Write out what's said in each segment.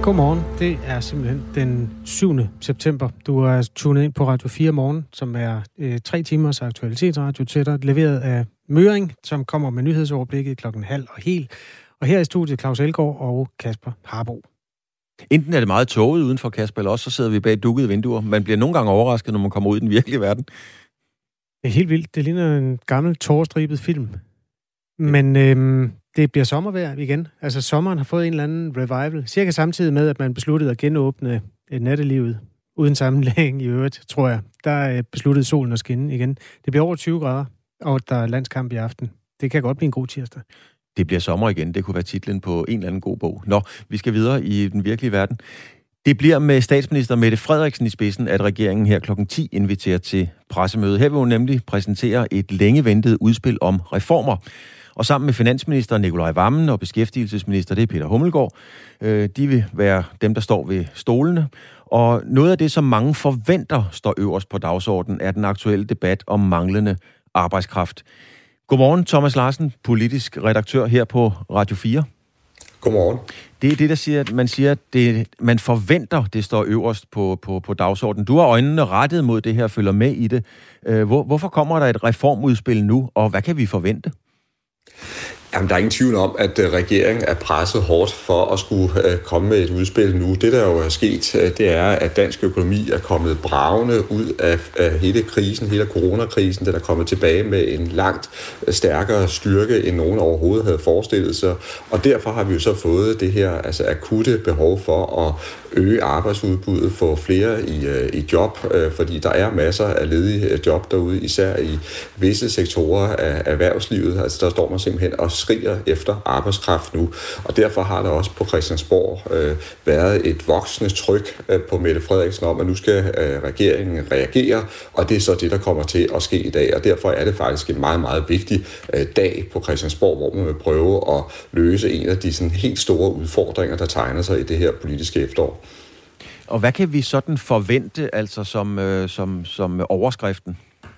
Godmorgen. Det er simpelthen den 7. september. Du er tunet ind på Radio 4 Morgen, som er 3 timers aktualitetsradio til dig, leveret af Møring, som kommer med nyhedsoverblikket 12:30 Og her i studiet Claus Elgaard og Kasper Harbo. Enten er det meget tåget udenfor, Kasper, eller også så sidder vi bag dukkede vinduer. Man bliver nogle gange overrasket, når man kommer ud i den virkelige verden. Det er helt vildt. Det ligner en gammel tårestribet film. Men det bliver sommervejr igen. Altså sommeren har fået en eller anden revival. Cirka samtidig med, at man besluttede at genåbne nattelivet uden sammenlægning i øvrigt, tror jeg. Der besluttede solen at skinne igen. Det bliver over 20 grader, og der er landskamp i aften. Det kan godt blive en god tirsdag. Det bliver sommer igen. Det kunne være titlen på en eller anden god bog. Nå, vi skal videre i den virkelige verden. Det bliver med statsminister Mette Frederiksen i spidsen, at regeringen her kl. 10 inviterer til pressemøde. Her vil hun nemlig præsentere et længe ventet udspil om reformer. Og sammen med finansminister Nicolai Wammen og beskæftigelsesminister, det er Peter Hummelgaard, de vil være dem, der står ved stolene. Og noget af det, som mange forventer står øverst på dagsordenen, er den aktuelle debat om manglende arbejdskraft. Godmorgen, Thomas Larsen, politisk redaktør her på Radio 4. Godmorgen. Det er det, der siger, at man forventer, det står øverst på dagsordenen. Du har øjnene rettet mod det her, følger med i det. Hvorfor kommer der et reformudspil nu, og hvad kan vi forvente? Jamen, der er ingen tvivl om, at regeringen er presset hårdt for at skulle komme med et udspil nu. Det, der jo er sket, det er, at dansk økonomi er kommet bragende ud af hele krisen, hele coronakrisen. Den er kommet tilbage med en langt stærkere styrke, end nogen overhovedet havde forestillet sig. Og derfor har vi jo så fået det her akutte behov for at øge arbejdsudbuddet, få flere i job, fordi der er masser af ledige job derude, især i visse sektorer af erhvervslivet. Altså der står man simpelthen og skriger efter arbejdskraft nu. Og derfor har der også på Christiansborg været et voksende tryk på Mette Frederiksen om, at nu skal regeringen reagere, og det er så det, der kommer til at ske i dag. Og derfor er det faktisk en meget, meget vigtig dag på Christiansborg, hvor man vil prøve at løse en af de sådan helt store udfordringer, der tegner sig i det her politiske efterår. Og hvad kan vi sådan forvente, altså som overskriften?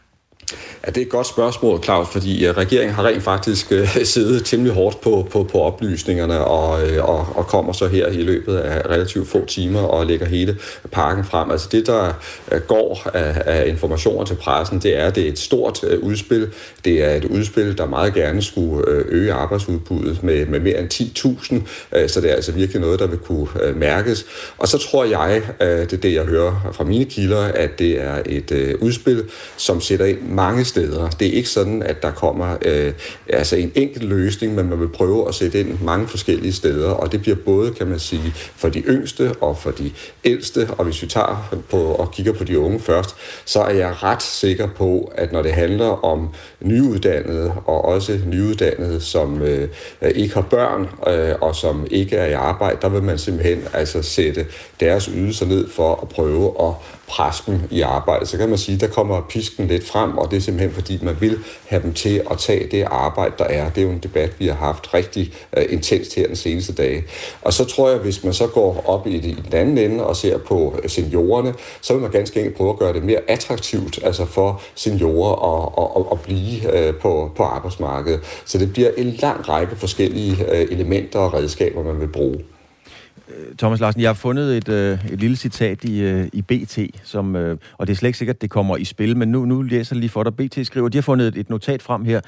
Ja, det er et godt spørgsmål, Claus, fordi regeringen har rent faktisk siddet temmelig hårdt på oplysningerne og kommer så her i løbet af relativt få timer og lægger hele pakken frem. Altså det, der går af informationer til pressen, det er et stort udspil. Det er et udspil, der meget gerne skulle øge arbejdsudbuddet med mere end 10.000, så det er altså virkelig noget, der vil kunne mærkes. Og så tror jeg, det er det, jeg hører fra mine kilder, at det er et udspil, som sætter ind mange steder. Det er ikke sådan, at der kommer en enkelt løsning, men man vil prøve at sætte ind mange forskellige steder, og det bliver både, kan man sige, for de yngste og for de ældste, og hvis vi tager på og kigger på de unge først, så er jeg ret sikker på, at når det handler om nyuddannede, og også nyuddannede, som ikke har børn, og som ikke er i arbejde, der vil man simpelthen sætte deres ydelser ned for at prøve at presse dem i arbejde. Så kan man sige, at der kommer pisken lidt frem, og det er simpelthen fordi, man vil have dem til at tage det arbejde, der er. Det er jo en debat, vi har haft rigtig intenst her den seneste dage. Og så tror jeg, hvis man så går op i den anden ende og ser på seniorerne, så vil man ganske enkelt prøve at gøre det mere attraktivt for seniorer at blive på arbejdsmarkedet. Så det bliver en lang række forskellige elementer og redskaber, man vil bruge. Thomas Larsen, jeg har fundet et lille citat i BT, og det er slet ikke sikkert, at det kommer i spil, men nu læser jeg lige for dig. BT skriver, de har fundet et notat frem her,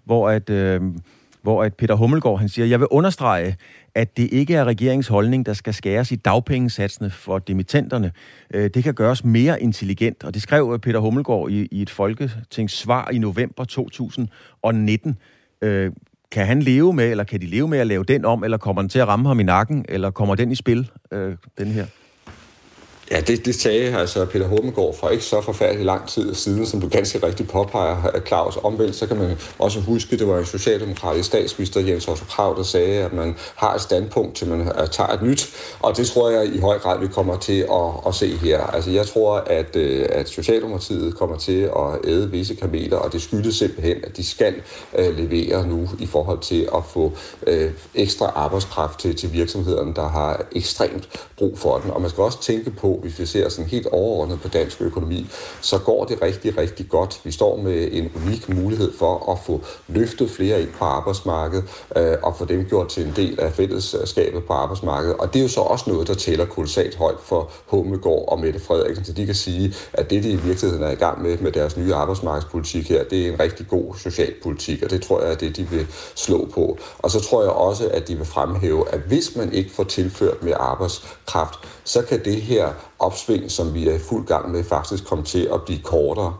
hvor at Peter Hummelgaard, han siger, jeg vil understrege, at det ikke er regeringens holdning, der skal skæres i dagpengesatsene for dimittenterne. Det kan gøres mere intelligent, og det skrev Peter Hummelgaard i et folketingssvar i november 2019. Kan han leve med, eller kan de leve med at lave den om, eller kommer den til at ramme ham i nakken, eller kommer den i spil, den her? Ja, det sagde Peter Hummelgaard for ikke så forfærdelig lang tid siden, som du ganske rigtigt påpeger, Claus. Omvendt, så kan man også huske, det var en socialdemokratisk statsminister, Jens Otto Krag, der sagde, at man har et standpunkt, til man tager et nyt. Og det tror jeg i høj grad, vi kommer til at se her. Altså, jeg tror, at Socialdemokratiet kommer til at æde visse kameler, og det skyldes simpelthen, at de skal levere nu i forhold til at få ekstra arbejdskraft til virksomhederne, der har ekstremt brug for den. Og man skal også tænke på, hvis vi ser sådan helt overordnet på dansk økonomi, så går det rigtig, rigtig godt. Vi står med en unik mulighed for at få løftet flere ind på arbejdsmarkedet, og få dem gjort til en del af fællesskabet på arbejdsmarkedet. Og det er jo så også noget, der tæller kolossalt højt for Hummelgaard og Mette Frederiksen, så de kan sige, at det, de i virkeligheden er i gang med deres nye arbejdsmarkedspolitik her, det er en rigtig god socialpolitik, og det tror jeg er det, de vil slå på. Og så tror jeg også, at de vil fremhæve, at hvis man ikke får tilført mere arbejdskraft, så kan det her opsving, som vi er i fuld gang med, faktisk komme til at blive kortere.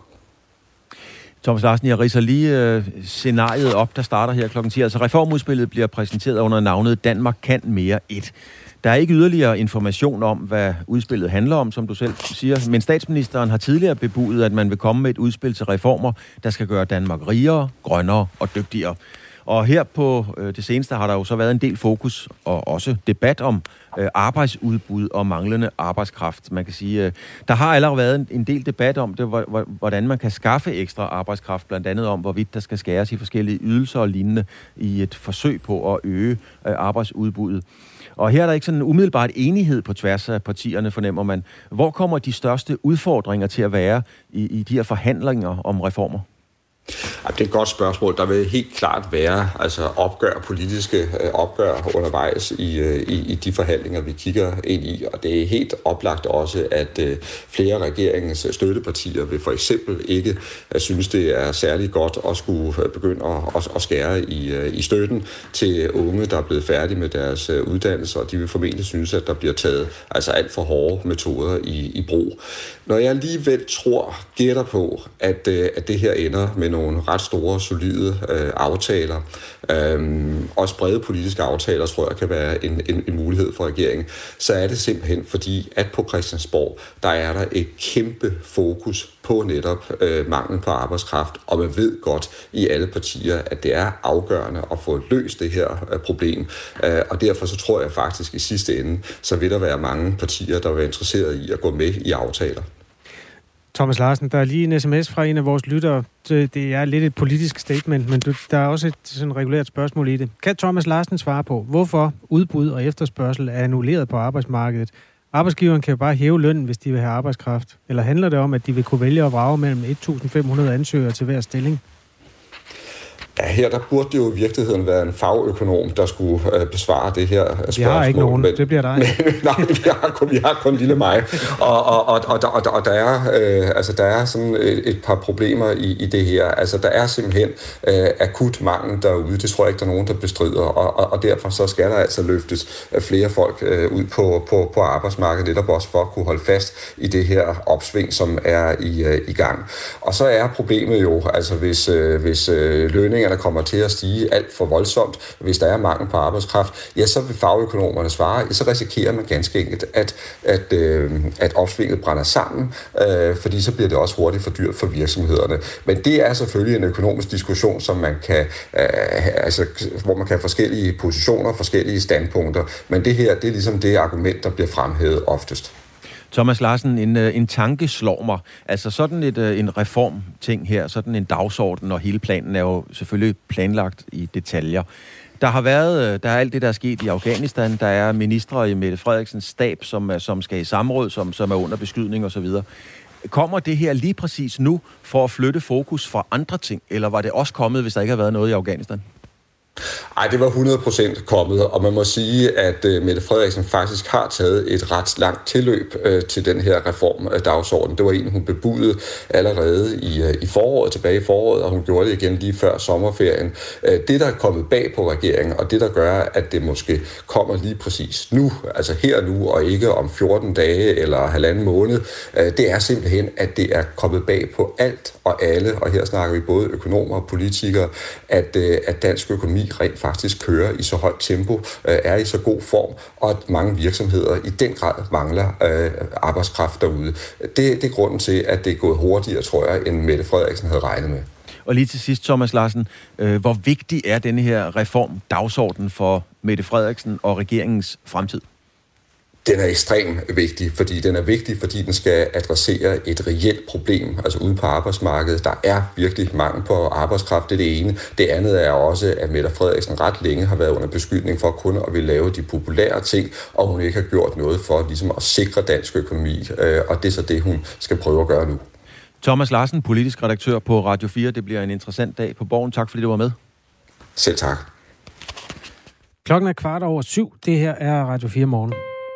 Thomas Larsen, jeg ridser lige scenariet op, der starter her kl. 10. Altså reformudspillet bliver præsenteret under navnet Danmark kan mere 1. Der er ikke yderligere information om, hvad udspillet handler om, som du selv siger, men statsministeren har tidligere bebudet, at man vil komme med et udspil til reformer, der skal gøre Danmark rigere, grønnere og dygtigere. Og her på det seneste har der jo så været en del fokus og også debat om arbejdsudbud og manglende arbejdskraft. Man kan sige, der har allerede været en del debat om det, hvordan man kan skaffe ekstra arbejdskraft, blandt andet om, hvorvidt der skal skæres i forskellige ydelser og lignende i et forsøg på at øge arbejdsudbuddet. Og her er der ikke sådan umiddelbart enighed på tværs af partierne, fornemmer man. Hvor kommer de største udfordringer til at være i de her forhandlinger om reformer? Det er et godt spørgsmål. Der vil helt klart være politiske opgør undervejs i de forhandlinger, vi kigger ind i. Og det er helt oplagt også, at flere af regeringens støttepartier vil for eksempel ikke synes, det er særlig godt at skulle begynde at skære i støtten til unge, der er blevet færdige med deres uddannelse, og de vil formentlig synes, at der bliver taget alt for hårde metoder i brug. Når jeg alligevel gætter på, at det her ender med nogle ret store, solide aftaler, også brede politiske aftaler, tror jeg kan være en mulighed for regeringen, så er det simpelthen fordi, at på Christiansborg, der er der et kæmpe fokus på netop manglen på arbejdskraft, og man ved godt i alle partier, at det er afgørende at få løst det her problem, og derfor så tror jeg faktisk i sidste ende, så vil der være mange partier, der vil være interesseret i at gå med i aftaler. Thomas Larsen, der er lige en sms fra en af vores lyttere. Det er lidt et politisk statement, men der er også et sådan regulært spørgsmål i det. Kan Thomas Larsen svare på, hvorfor udbud og efterspørgsel er annulleret på arbejdsmarkedet? Arbejdsgiveren kan jo bare hæve lønnen, hvis de vil have arbejdskraft. Eller handler det om, at de vil kunne vælge at vrage mellem 1.500 ansøgere til hver stilling? Ja, her der burde det jo i virkeligheden være en fagøkonom, der skulle besvare det her spørgsmål. Vi har ikke nogen, det bliver dig. Nej, vi har kun lille mig. Og der er sådan et par problemer i det her. Altså, der er simpelthen akut mangel derude. Det tror jeg ikke, der er nogen, der bestrider. Og derfor så skal der altså løftes flere folk ud på arbejdsmarkedet, netop også for at kunne holde fast i det her opsving, som er i gang. Og så er problemet jo, altså hvis lønningerne kommer til at stige alt for voldsomt, hvis der er mangel på arbejdskraft, ja, så vil fagøkonomerne svare, så risikerer man ganske enkelt, at opsvinget brænder sammen, fordi så bliver det også hurtigt for dyrt for virksomhederne. Men det er selvfølgelig en økonomisk diskussion, som man kan, hvor man kan have forskellige positioner, forskellige standpunkter, men det her, det er ligesom det argument, der bliver fremhævet oftest. Thomas Larsen, en tanke slår mig. Altså sådan en reformting her, sådan en dagsorden, og hele planen er jo selvfølgelig planlagt i detaljer. Der er alt det, der er sket i Afghanistan. Der er ministre i Mette Frederiksens stab, som skal i samråd, som er under beskydning osv. Kommer det her lige præcis nu for at flytte fokus fra andre ting, eller var det også kommet, hvis der ikke har været noget i Afghanistan? Ej, det var 100% kommet, og man må sige, at Mette Frederiksen faktisk har taget et ret langt tilløb til den her reformdagsorden. Det var en, hun bebudede allerede i foråret, tilbage i foråret, og hun gjorde det igen lige før sommerferien. Det, der er kommet bag på regeringen, og det, der gør, at det måske kommer lige præcis nu, altså her nu, og ikke om 14 dage eller halvanden måned, det er simpelthen, at det er kommet bag på alt og alle, og her snakker vi både økonomer og politikere, at dansk økonomi rent faktisk kører i så højt tempo, er i så god form, og at mange virksomheder i den grad mangler arbejdskraft derude. Det er grunden til, at det er gået hurtigere, tror jeg, end Mette Frederiksen havde regnet med. Og lige til sidst, Thomas Larsen, hvor vigtig er denne her reformdagsorden for Mette Frederiksen og regeringens fremtid? Den er ekstremt vigtig, fordi den skal adressere et reelt problem, altså ude på arbejdsmarkedet. Der er virkelig mangel på arbejdskraft, det er det ene. Det andet er også, at Mette Frederiksen ret længe har været under beskyldning for kun at ville lave de populære ting, og hun ikke har gjort noget for ligesom at sikre dansk økonomi, og det er så det, hun skal prøve at gøre nu. Thomas Larsen, politisk redaktør på Radio 4. Det bliver en interessant dag på Borgen. Tak fordi du var med. Selv tak. Klokken er 7:15. Det her er Radio 4 morgen.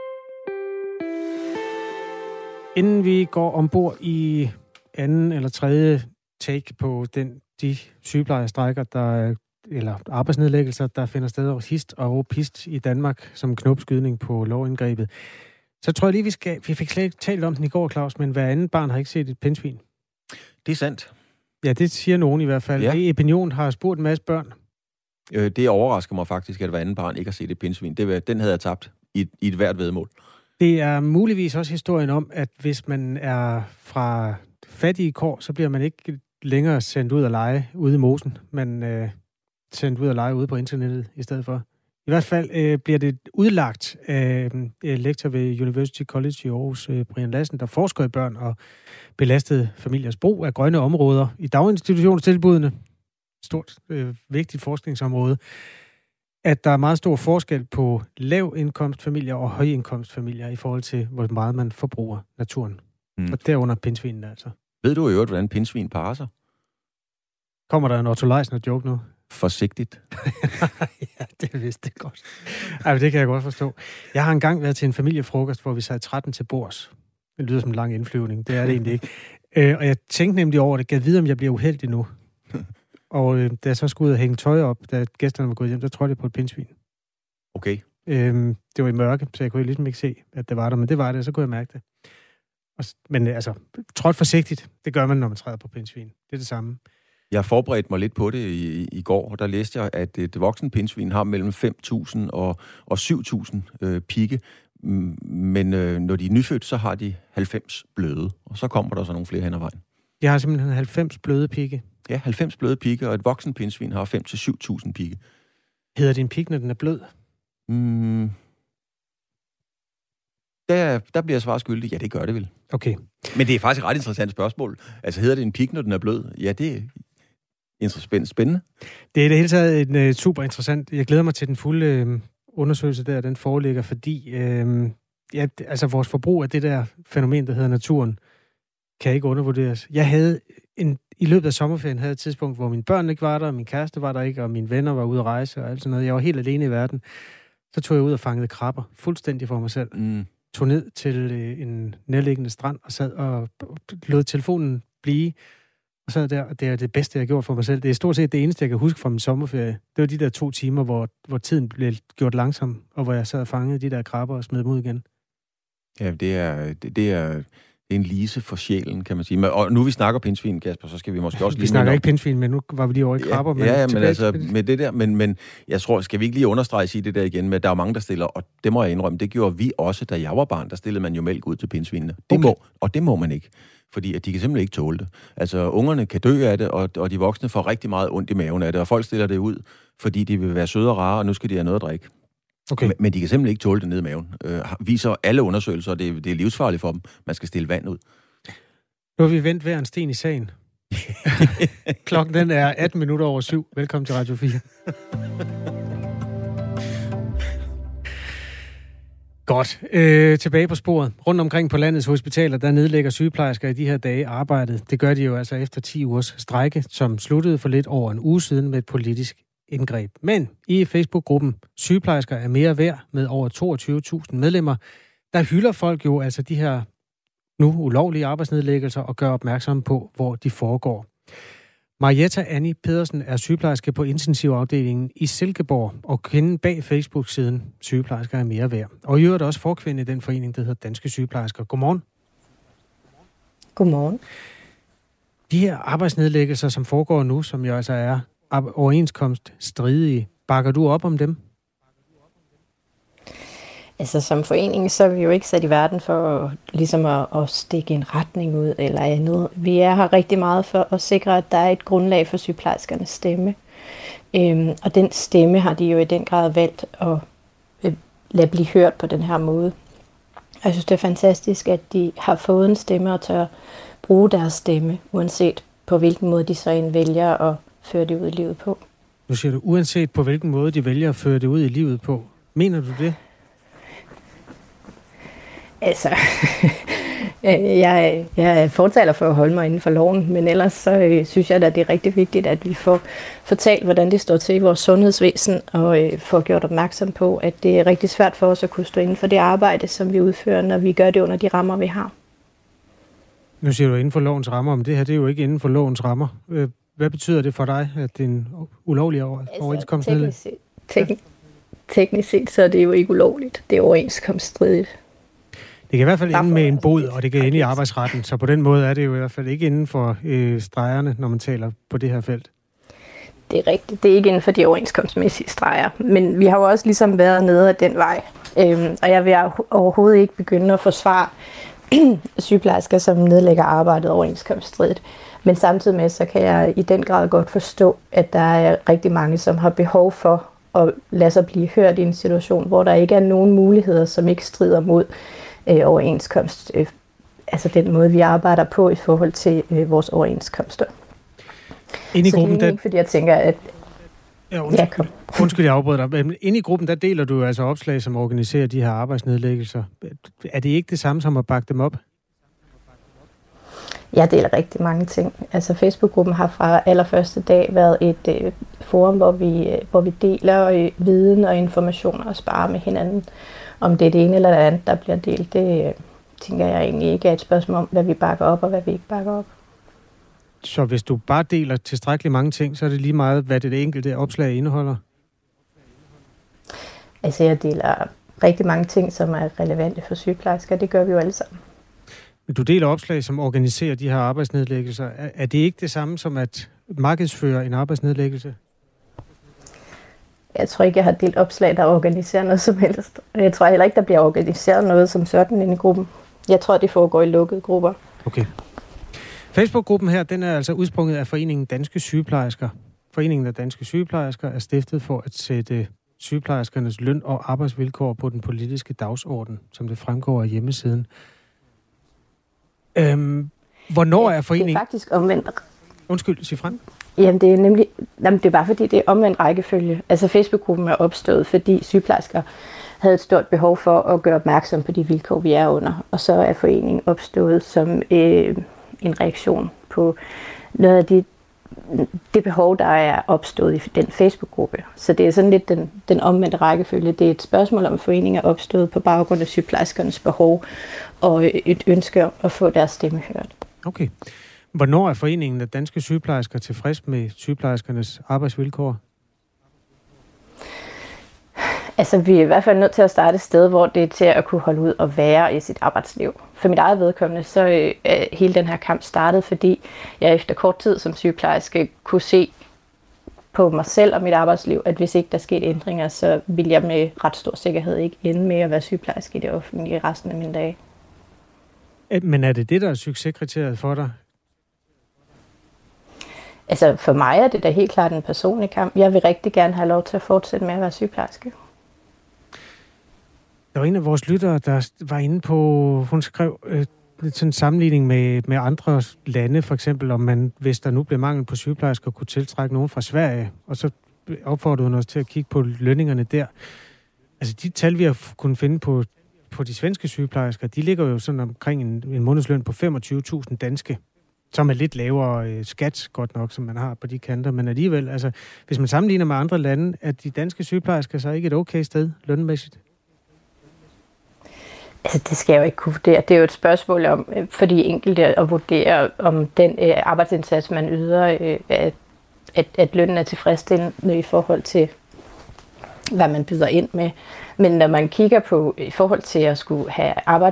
Inden vi går ombord i anden eller tredje take på de sygeplejerstrækker, eller arbejdsnedlæggelser, der finder sted over hist og pist i Danmark som knopskydning på lovindgrebet, så tror jeg lige, vi fik slet ikke talt om den i går, Claus, men hver anden barn har ikke set et pindsvin. Det er sandt. Ja, det siger nogen i hvert fald. Ja. Opinion har spurgt en masse børn. Det overrasker mig faktisk, at hver anden barn ikke har set et pindsvin. Den havde jeg tabt i et hvert væddemål. Det er muligvis også historien om, at hvis man er fra fattige kår, så bliver man ikke længere sendt ud at lege ude i mosen, men sendt ud at lege ude på internettet i stedet for. I hvert fald bliver det udlagt af lektor ved University College i Aarhus, Brian Lassen, der forsker i børn og belastede familiers brug af grønne områder i daginstitutionstilbudene. Stort, vigtigt forskningsområde. At der er meget stor forskel på lavindkomstfamilier og højindkomstfamilier i forhold til, hvor meget man forbruger naturen. Og derunder pindsvinene altså. Ved du i øvrigt, hvordan pindsvin parer sig? Kommer der en Otto Leisner-joke nu? Forsigtigt. Ja, det vidste jeg godt. Ej, det kan jeg godt forstå. Jeg har engang været til en familiefrokost, hvor vi sad 13 til bords. Det lyder som en lang indflyvning. Det er det egentlig ikke. Og jeg tænkte nemlig over det. Gad vide, om jeg bliver uheldig nu. Og da jeg så skulle ud og hænge tøj op, da gæsterne var gået hjem, der trådte jeg på et pindsvin. Okay. Det var i mørke, så jeg kunne ligesom ikke se, at det var der. Men det var det, og så kunne jeg mærke det. Men altså, trådt forsigtigt. Det gør man, når man træder på pindsvin. Det er det samme. Jeg forberedte mig lidt på det i går, og der læste jeg, at et voksen pindsvin har mellem 5.000 og 7.000 pigge. Men når de er nyfødt, så har de 90 bløde. Og så kommer der så nogle flere hen ad vejen. Jeg har simpelthen 90 bløde pigge. Ja, 90 bløde pigge, og et voksen pindsvin har 5.000-7.000 pigge. Hedder det en pig, når den er blød? Der bliver jeg svaret skyldig. Ja, det gør det vel. Okay. Men det er faktisk et ret interessant spørgsmål. Altså, hedder det en pig, når den er blød? Ja, det er spændende. Det er i det hele taget en super interessant. Jeg glæder mig til den fulde undersøgelse der, den foreligger, fordi altså vores forbrug af det der fænomen, der hedder naturen, kan ikke undervurderes. Jeg havde i løbet af sommerferien havde et tidspunkt, hvor mine børn ikke var der, og min kæreste var der ikke, og mine venner var ude at rejse og alt sådan noget. Jeg var helt alene i verden. Så tog jeg ud og fangede krabber, fuldstændig for mig selv. Tog ned til en nærliggende strand og sad og lod telefonen blive. Og sad der, og det er det bedste, jeg har gjort for mig selv. Det er stort set det eneste, jeg kan huske fra min sommerferie. Det var de der 2 timer, hvor tiden blev gjort langsom, og hvor jeg sad og fangede de der krabber og smed dem ud igen. Ja, det er en lise for sjælen, kan man sige. Og nu vi snakker pindsvin, Kasper, så skal vi måske også... Vi snakker ikke pindsvin, men nu var vi lige over i krabber. Ja, men altså med det der... Men jeg tror, skal vi ikke lige sige det der igen med, at der er mange, der stiller, og det må jeg indrømme, det gjorde vi også, da jeg var barn, der stillede man jo mælk ud til pindsvinene. Det må man ikke, fordi at de kan simpelthen ikke tåle det. Altså, ungerne kan dø af det, og de voksne får rigtig meget ondt i maven af det, og folk stiller det ud, fordi de vil være søde og rare, og nu skal de have noget at drikke. Okay. Men de kan simpelthen ikke tåle det ned i maven. Viser alle undersøgelser, og det er livsfarligt for dem. Man skal stille vand ud. Nu har vi vendt hver en sten i sagen. Klokken den er 7:18. Velkommen til Radio 4. Godt. Tilbage på sporet. Rundt omkring på landets hospitaler, der nedlægger sygeplejersker i de her dage arbejdet. Det gør de jo altså efter 10 ugers strejke, som sluttede for lidt over en uge siden med et politisk indgreb. Men i Facebook-gruppen Sygeplejersker er mere værd med over 22.000 medlemmer, der hylder folk jo altså de her nu ulovlige arbejdsnedlæggelser og gør opmærksom på, hvor de foregår. Marietta Annie Pedersen er sygeplejerske på intensivafdelingen i Silkeborg og kvinden bag Facebook-siden Sygeplejersker er mere værd. Og i øvrigt også forkvinde i den forening, der hedder Danske Sygeplejersker. Godmorgen. Godmorgen. De her arbejdsnedlæggelser, som foregår nu, som jo altså er overenskomststridige, bakker du op om dem? Altså som forening, så er vi jo ikke sat i verden for ligesom at stikke en retning ud eller andet. Vi er her rigtig meget for at sikre, at der er et grundlag for sygeplejerskernes stemme. Og den stemme har de jo i den grad valgt at lade blive hørt på den her måde. Jeg synes, det er fantastisk, at de har fået en stemme og tør bruge deres stemme, uanset på hvilken måde de så end vælger at føre det ud i livet på. Nu siger du, uanset på hvilken måde de vælger at føre det ud i livet på. Mener du det? Altså, jeg er fortaler for at holde mig inden for loven, men ellers så synes jeg, at det er rigtig vigtigt, at vi får fortalt, hvordan det står til i vores sundhedsvæsen, og får gjort opmærksom på, at det er rigtig svært for os at kunne stå inden for det arbejde, som vi udfører, når vi gør det under de rammer, vi har. Nu siger du inden for lovens rammer, men det her det er jo ikke inden for lovens rammer. Hvad betyder det for dig, at det er en ulovlig overenskomst? Teknisk set, så er det jo ikke ulovligt. Det er overenskomststridigt. Det kan i hvert fald ende med en bod, og det kan ende i arbejdsretten. Så på den måde er det jo i hvert fald ikke inden for stregerne, når man taler på det her felt. Det er rigtigt. Det er ikke inden for de overenskomstmæssige streger. Men vi har jo også ligesom været nede af den vej. Og jeg vil overhovedet ikke begynde at forsvare sygeplejersker, som nedlægger arbejdet overenskomststridigt. Men samtidig med, så kan jeg i den grad godt forstå, at der er rigtig mange, som har behov for at lade sig blive hørt i en situation, hvor der ikke er nogen muligheder, som ikke strider mod overenskomst. Altså den måde, vi arbejder på i forhold til vores overenskomster. Inde i gruppen, så det er ikke, fordi jeg tænker, at... Undskyld, jeg afbryder dig. Men inde i gruppen, der deler du altså opslag, som organiserer de her arbejdsnedlæggelser. Er det ikke det samme som at bakke dem op? Jeg deler rigtig mange ting. Altså Facebook-gruppen har fra allerførste dag været et forum, hvor vi deler viden og informationer og sparer med hinanden. Om det er det ene eller det andet, der bliver delt, det tænker jeg egentlig ikke er et spørgsmål om, hvad vi bakker op og hvad vi ikke bakker op. Så hvis du bare deler tilstrækkeligt mange ting, så er det lige meget, hvad det enkelte opslag indeholder? Altså jeg deler rigtig mange ting, som er relevante for sygeplejersker. Det gør vi jo alle sammen. Du deler opslag, som organiserer de her arbejdsnedlæggelser. Er det ikke det samme som at markedsføre en arbejdsnedlæggelse? Jeg tror ikke, jeg har delt opslag, der organiserer noget som helst. Jeg tror heller ikke, der bliver organiseret noget som sådan inde i gruppen. Jeg tror, det foregår i lukkede grupper. Okay. Facebook-gruppen her, den er altså udsprunget af Foreningen Danske Sygeplejersker. Foreningen af Danske Sygeplejersker er stiftet for at sætte sygeplejerskernes løn- og arbejdsvilkår på den politiske dagsorden, som det fremgår af hjemmesiden. Hvornår er foreningen... Det er faktisk omvendt. Undskyld, sig frem. Jamen, det er bare fordi, det er omvendt rækkefølge. Altså, Facebook-gruppen er opstået, fordi sygeplejersker havde et stort behov for at gøre opmærksom på de vilkår, vi er under. Og så er foreningen opstået som en reaktion på noget af det behov, der er opstået i den Facebook-gruppe. Så det er sådan lidt den omvendte rækkefølge. Det er et spørgsmål om, foreningen er opstået på baggrund af sygeplejerskernes behov og et ønske om at få deres stemme hørt. Okay. Hvornår er Foreningen af Danske Sygeplejersker tilfreds med sygeplejerskernes arbejdsvilkår? Altså, vi er i hvert fald nødt til at starte et sted, hvor det er til at kunne holde ud og være i sit arbejdsliv. For mit eget vedkommende, så hele den her kamp startede, fordi jeg efter kort tid som sygeplejerske kunne se på mig selv og mit arbejdsliv, at hvis ikke der skete ændringer, så ville jeg med ret stor sikkerhed ikke ende med at være sygeplejerske i det offentlige resten af mine dage. Men er det der er succeskriteriet for dig? Altså, for mig er det da helt klart en personlig kamp. Jeg vil rigtig gerne have lov til at fortsætte med at være sygeplejerske. Der var en af vores lyttere, der var inde på, hun skrev sådan en sammenligning med andre lande, for eksempel om man, hvis der nu bliver mangel på sygeplejersker, kunne tiltrække nogen fra Sverige, og så opfordrede hun os til at kigge på lønningerne der. Altså de tal, vi har kunnet finde på de svenske sygeplejersker, de ligger jo sådan omkring en månedsløn på 25.000 danske, som er lidt lavere skat, godt nok, som man har på de kanter, men alligevel, altså, hvis man sammenligner med andre lande, er de danske sygeplejersker så ikke et okay sted, lønmæssigt? Altså, det skal jeg jo ikke kunne vurdere. Det er jo et spørgsmål om, for de enkelte at vurdere, om den arbejdsindsats, man yder, at lønnen er tilfredsstillende i forhold til, hvad man byder ind med. Men når man kigger på, i forhold til at skulle have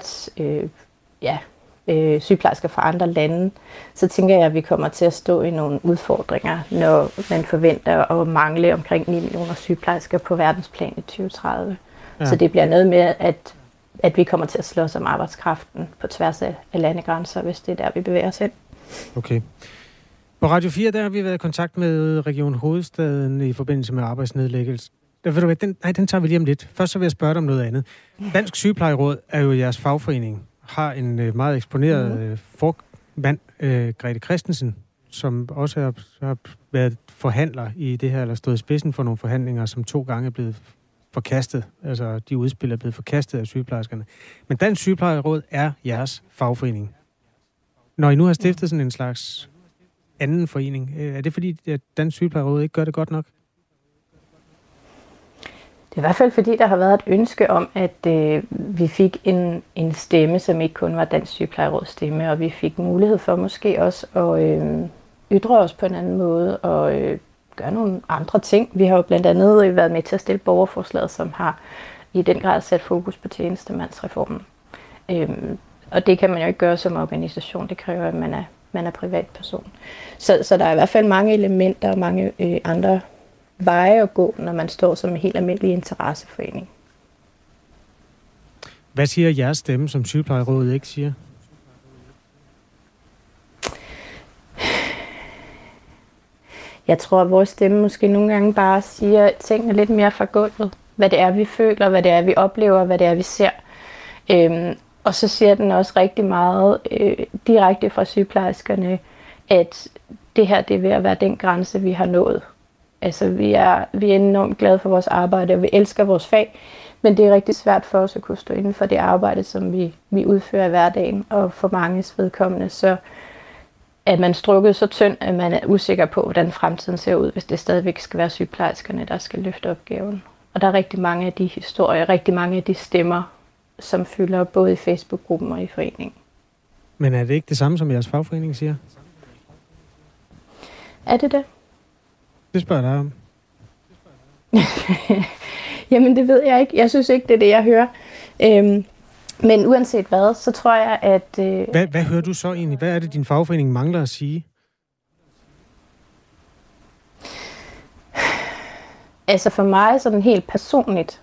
sygeplejersker fra andre lande, så tænker jeg, at vi kommer til at stå i nogle udfordringer, når man forventer at mangle omkring 9 millioner sygeplejersker på verdensplan i 2030. Ja. Så det bliver noget med, at vi kommer til at slås om arbejdskraften på tværs af landegrænser, hvis det er der, vi bevæger os hen. Okay. På Radio 4, der har vi været i kontakt med Region Hovedstaden i forbindelse med arbejdsnedlæggelse. Den tager vi lige om lidt. Først så vil jeg spørge dig om noget andet. Dansk Sygeplejeråd er jo jeres fagforening, har en meget eksponeret formand, Grete Christensen, som også har været forhandler i det her, eller stået i spidsen for nogle forhandlinger, som 2 gange er blevet forkastet. Altså, de udspil er blevet forkastet af sygeplejerskerne. Men Dansk Sygeplejeråd er jeres fagforening. Når I nu har stiftet sådan en slags anden forening, er det fordi, at Dansk Sygeplejeråd ikke gør det godt nok? Det er i hvert fald fordi, der har været et ønske om, at vi fik en stemme, som ikke kun var Dansk Sygeplejeråds stemme, og vi fik mulighed for måske også at ytre os på en anden måde og gøre nogle andre ting. Vi har jo blandt andet været med til at stille borgerforslaget, som har i den grad sat fokus på tjenestemandsreformen. Og det kan man jo ikke gøre som organisation. Det kræver, at man er privatperson. Så der er i hvert fald mange elementer og mange andre veje at gå, når man står som en helt almindelig interesseforening. Hvad siger jeres stemme, som Sygeplejerådet ikke siger? Jeg tror, at vores stemme måske nogle gange bare siger tingene lidt mere fra gulvet. Hvad det er, vi føler, hvad det er, vi oplever, hvad det er, vi ser. Og så siger den også rigtig meget direkte fra sygeplejerskerne, at det her det er ved at være den grænse, vi har nået. Altså, vi er enormt glade for vores arbejde, og vi elsker vores fag, men det er rigtig svært for os at kunne stå inden for det arbejde, som vi udfører i hverdagen, og for manges vedkommende, så at man strukket så tynd, at man er usikker på, hvordan fremtiden ser ud, hvis det stadigvæk skal være sygeplejerskerne, der skal løfte opgaven. Og der er rigtig mange af de historier, rigtig mange af de stemmer, som fylder både i Facebook-gruppen og i foreningen. Men er det ikke det samme, som jeres fagforening siger? Er det det? Det spørger jeg dig om. Jamen, det ved jeg ikke. Jeg synes ikke, det er det, jeg hører. Men uanset hvad, så tror jeg, at... Hvad hører du så egentlig? Hvad er det, din fagforening mangler at sige? Altså for mig, sådan helt personligt,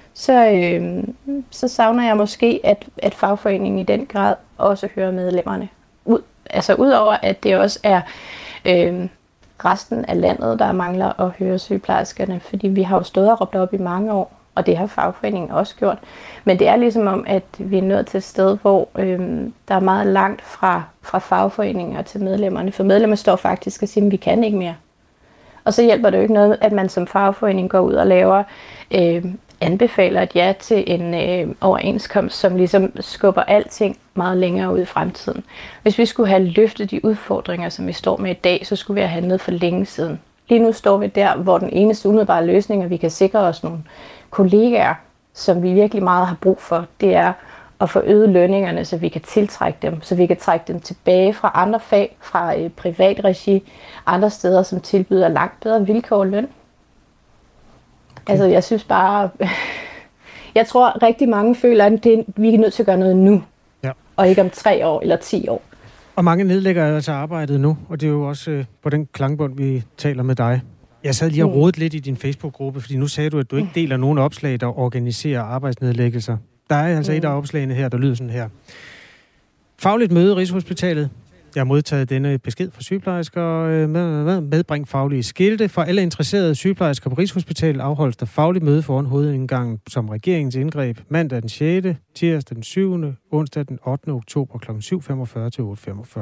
så savner jeg måske, at fagforeningen i den grad også hører medlemmerne. Udover at det også er resten af landet, der mangler at høre sygeplejerskerne, fordi vi har jo stået og råbt op i mange år, og det har fagforeningen også gjort. Men det er ligesom om, at vi er nået til et sted, hvor der er meget langt fra fagforeninger til medlemmerne, for medlemmer står faktisk og siger, at vi kan ikke mere. Og så hjælper det jo ikke noget, at man som fagforening går ud og laver, anbefaler et ja til en overenskomst, som ligesom skubber alting meget længere ud i fremtiden. Hvis vi skulle have løftet de udfordringer, som vi står med i dag, så skulle vi have handlet for længe siden. Lige nu står vi der, hvor den eneste umiddelbare løsning, at vi kan sikre os nogle kollegaer, som vi virkelig meget har brug for, det er at få øget lønningerne, så vi kan tiltrække dem, så vi kan trække dem tilbage fra andre fag, fra privat regi, andre steder, som tilbyder langt bedre vilkår og løn. Okay. Altså, jeg synes bare... Jeg tror, rigtig mange føler, at vi er nødt til at gøre noget nu, og ikke om 3 år eller 10 år. Og mange nedlægger altså arbejdet nu, og det er jo også på den klangbund, vi taler med dig. Jeg sad lige og rodede lidt i din Facebook-gruppe, fordi nu sagde du, at du ikke deler nogen opslag, der organiserer arbejdsnedlæggelser. Der er altså et af opslagene her, der lyder sådan her. Fagligt møde i Rigshospitalet. Jeg har modtaget denne besked fra sygeplejersker. Medbring faglige skilte. For alle interesserede sygeplejersker på Rigshospitalet afholdes der fagligt møde foran hovedindgangen som regeringens indgreb mandag den 6., tirsdag den 7., onsdag den 8. oktober kl. 7.45 til 8.45.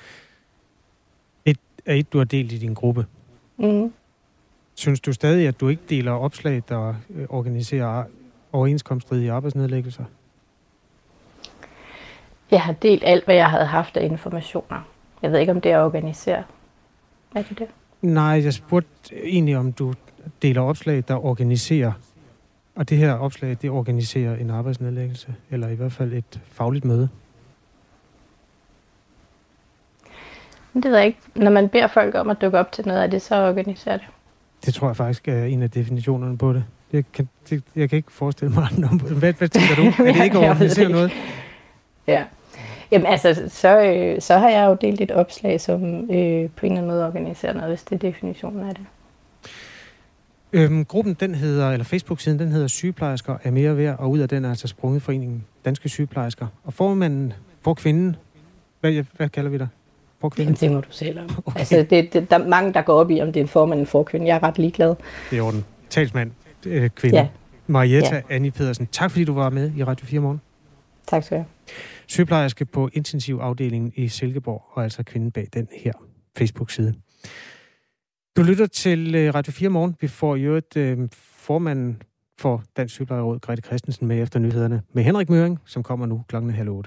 Et du har delt i din gruppe. Mm. Synes du stadig, at du ikke deler opslag, der organiserer overenskomststridige arbejdsnedlæggelser? Jeg har delt alt, hvad jeg havde haft af informationer. Jeg ved ikke, om det er organiseret. Er det det? Nej, jeg spurgte egentlig, om du deler opslag, der organiserer. Og det her opslag, det organiserer en arbejdsnedlæggelse, eller i hvert fald et fagligt møde. Det ved jeg ikke. Når man beder folk om at dukke op til noget af det, så organiserer det. Det tror jeg faktisk er en af definitionerne på det. Jeg kan ikke forestille mig noget på det. Hvad tænker du? Er det ikke at organisere noget? Ja. Jamen altså, så har jeg jo delt et opslag, som på en eller anden måde organiserer noget, hvis det er definitionen af det. Gruppen, den hedder, eller Facebook-siden, den hedder Sygeplejersker er mere værd, og ud af den er altså sprunget foreningen Danske Sygeplejersker. Og formanden, forkvinden, hvad kalder vi dig? Jamen, det må du selv om. Okay. Altså, der er mange, der går op i, om det er en formand eller en forkvinde. Jeg er ret ligeglad. Det er orden. Talsmand. kvinde. Ja. Marietta Annie Pedersen. Tak fordi du var med i Radio 4 Morgen. Tak skal du have. Sygeplejerske på intensivafdelingen i Silkeborg, og altså kvinden bag den her Facebook-side. Du lytter til Radio 4 Morgen. Vi får jo et formanden for Dansk Sygeplejeråd, Grete Christensen, med efter nyhederne med Henrik Møring, som kommer nu 7:30.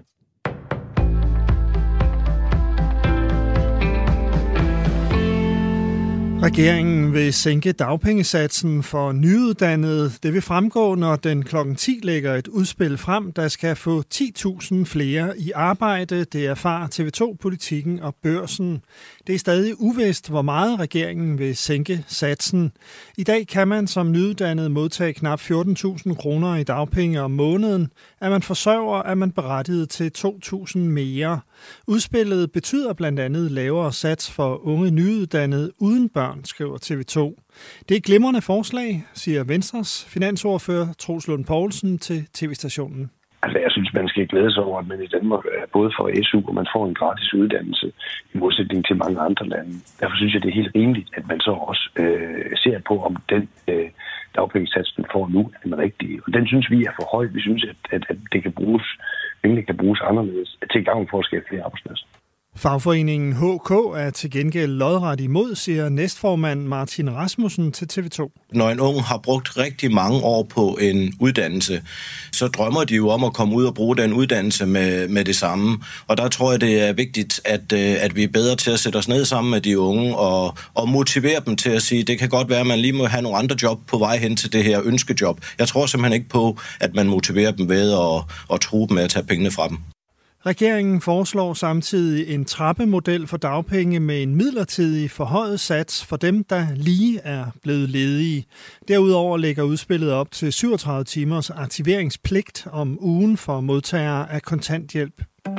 Regeringen vil sænke dagpengesatsen for nyuddannede. Det vil fremgå, når den klokken 10 lægger et udspil frem, der skal få 10.000 flere i arbejde. Det erfarer TV2, Politikken og Børsen. Det er stadig uvist, hvor meget regeringen vil sænke satsen. I dag kan man som nyuddannet modtage knap 14.000 kroner i dagpenge om måneden. Er man forsørger, er man berettiget til 2.000 mere. Udspillet betyder blandt andet lavere sats for unge nyuddannede uden børn, skriver TV2. Det er et glimrende forslag, siger Venstres finansordfører Troels Lund Poulsen til TV-stationen. Altså, jeg synes, man skal glæde sig over, at man i Danmark både får SU, og man får en gratis uddannelse i modsætning til mange andre lande. Derfor synes jeg, det er helt rimeligt, at man så også ser på, om den dagpengesats, den får nu, er den rigtige. Og den synes vi er for høj. Vi synes, at det kan bruges, pengene kan bruges anderledes til gavn for at skabe flere arbejdspladser. Fagforeningen HK er til gengæld lodret imod, siger næstformand Martin Rasmussen til TV2. Når en ung har brugt rigtig mange år på en uddannelse, så drømmer de jo om at komme ud og bruge den uddannelse med det samme. Og der tror jeg, det er vigtigt, at vi er bedre til at sætte os ned sammen med de unge og motivere dem til at sige, det kan godt være, at man lige må have nogle andre job på vej hen til det her ønskejob. Jeg tror simpelthen ikke på, at man motiverer dem ved at true dem med at tage pengene fra dem. Regeringen foreslår samtidig en trappemodel for dagpenge med en midlertidig forhøjet sats for dem, der lige er blevet ledige. Derudover lægger udspillet op til 37 timers aktiveringspligt om ugen for modtagere af kontanthjælp.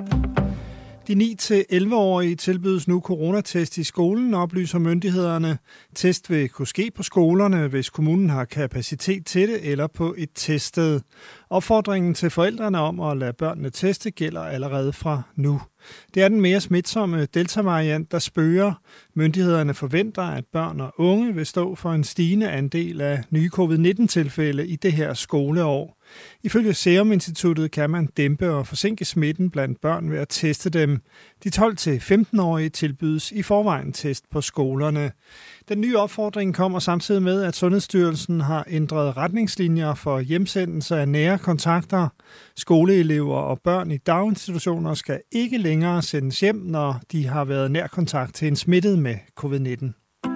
De 9-11-årige tilbydes nu coronatest i skolen, oplyser myndighederne. Test vil kunne ske på skolerne, hvis kommunen har kapacitet til det, eller på et teststed. Opfordringen til forældrene om at lade børnene teste gælder allerede fra nu. Det er den mere smitsomme Delta-variant, der spøger. Myndighederne forventer, at børn og unge vil stå for en stigende andel af nye covid-19-tilfælde i det her skoleår. Ifølge Serum Instituttet kan man dæmpe og forsinke smitten blandt børn ved at teste dem. De 12-15-årige tilbydes i forvejen test på skolerne. Den nye opfordring kommer samtidig med, at Sundhedsstyrelsen har ændret retningslinjer for hjemsendelse af nære kontakter. Skoleelever og børn i daginstitutioner skal ikke længere sendes hjem, når de har været nær kontakt til en smittet med covid-19.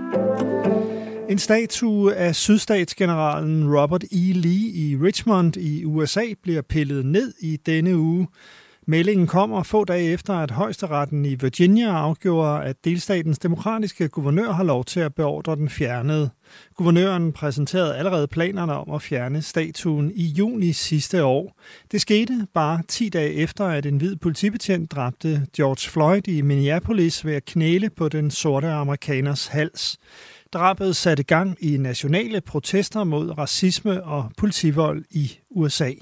En statue af sydstatsgeneralen Robert E. Lee i Richmond i USA bliver pillet ned i denne uge. Meldingen kommer få dage efter, at højesteretten i Virginia afgjorde, at delstatens demokratiske guvernør har lov til at beordre den fjernet. Guvernøren præsenterede allerede planerne om at fjerne statuen i juni sidste år. Det skete bare 10 dage efter, at en hvid politibetjent dræbte George Floyd i Minneapolis ved at knæle på den sorte amerikaners hals. Drabet satte gang i nationale protester mod racisme og politivold i USA.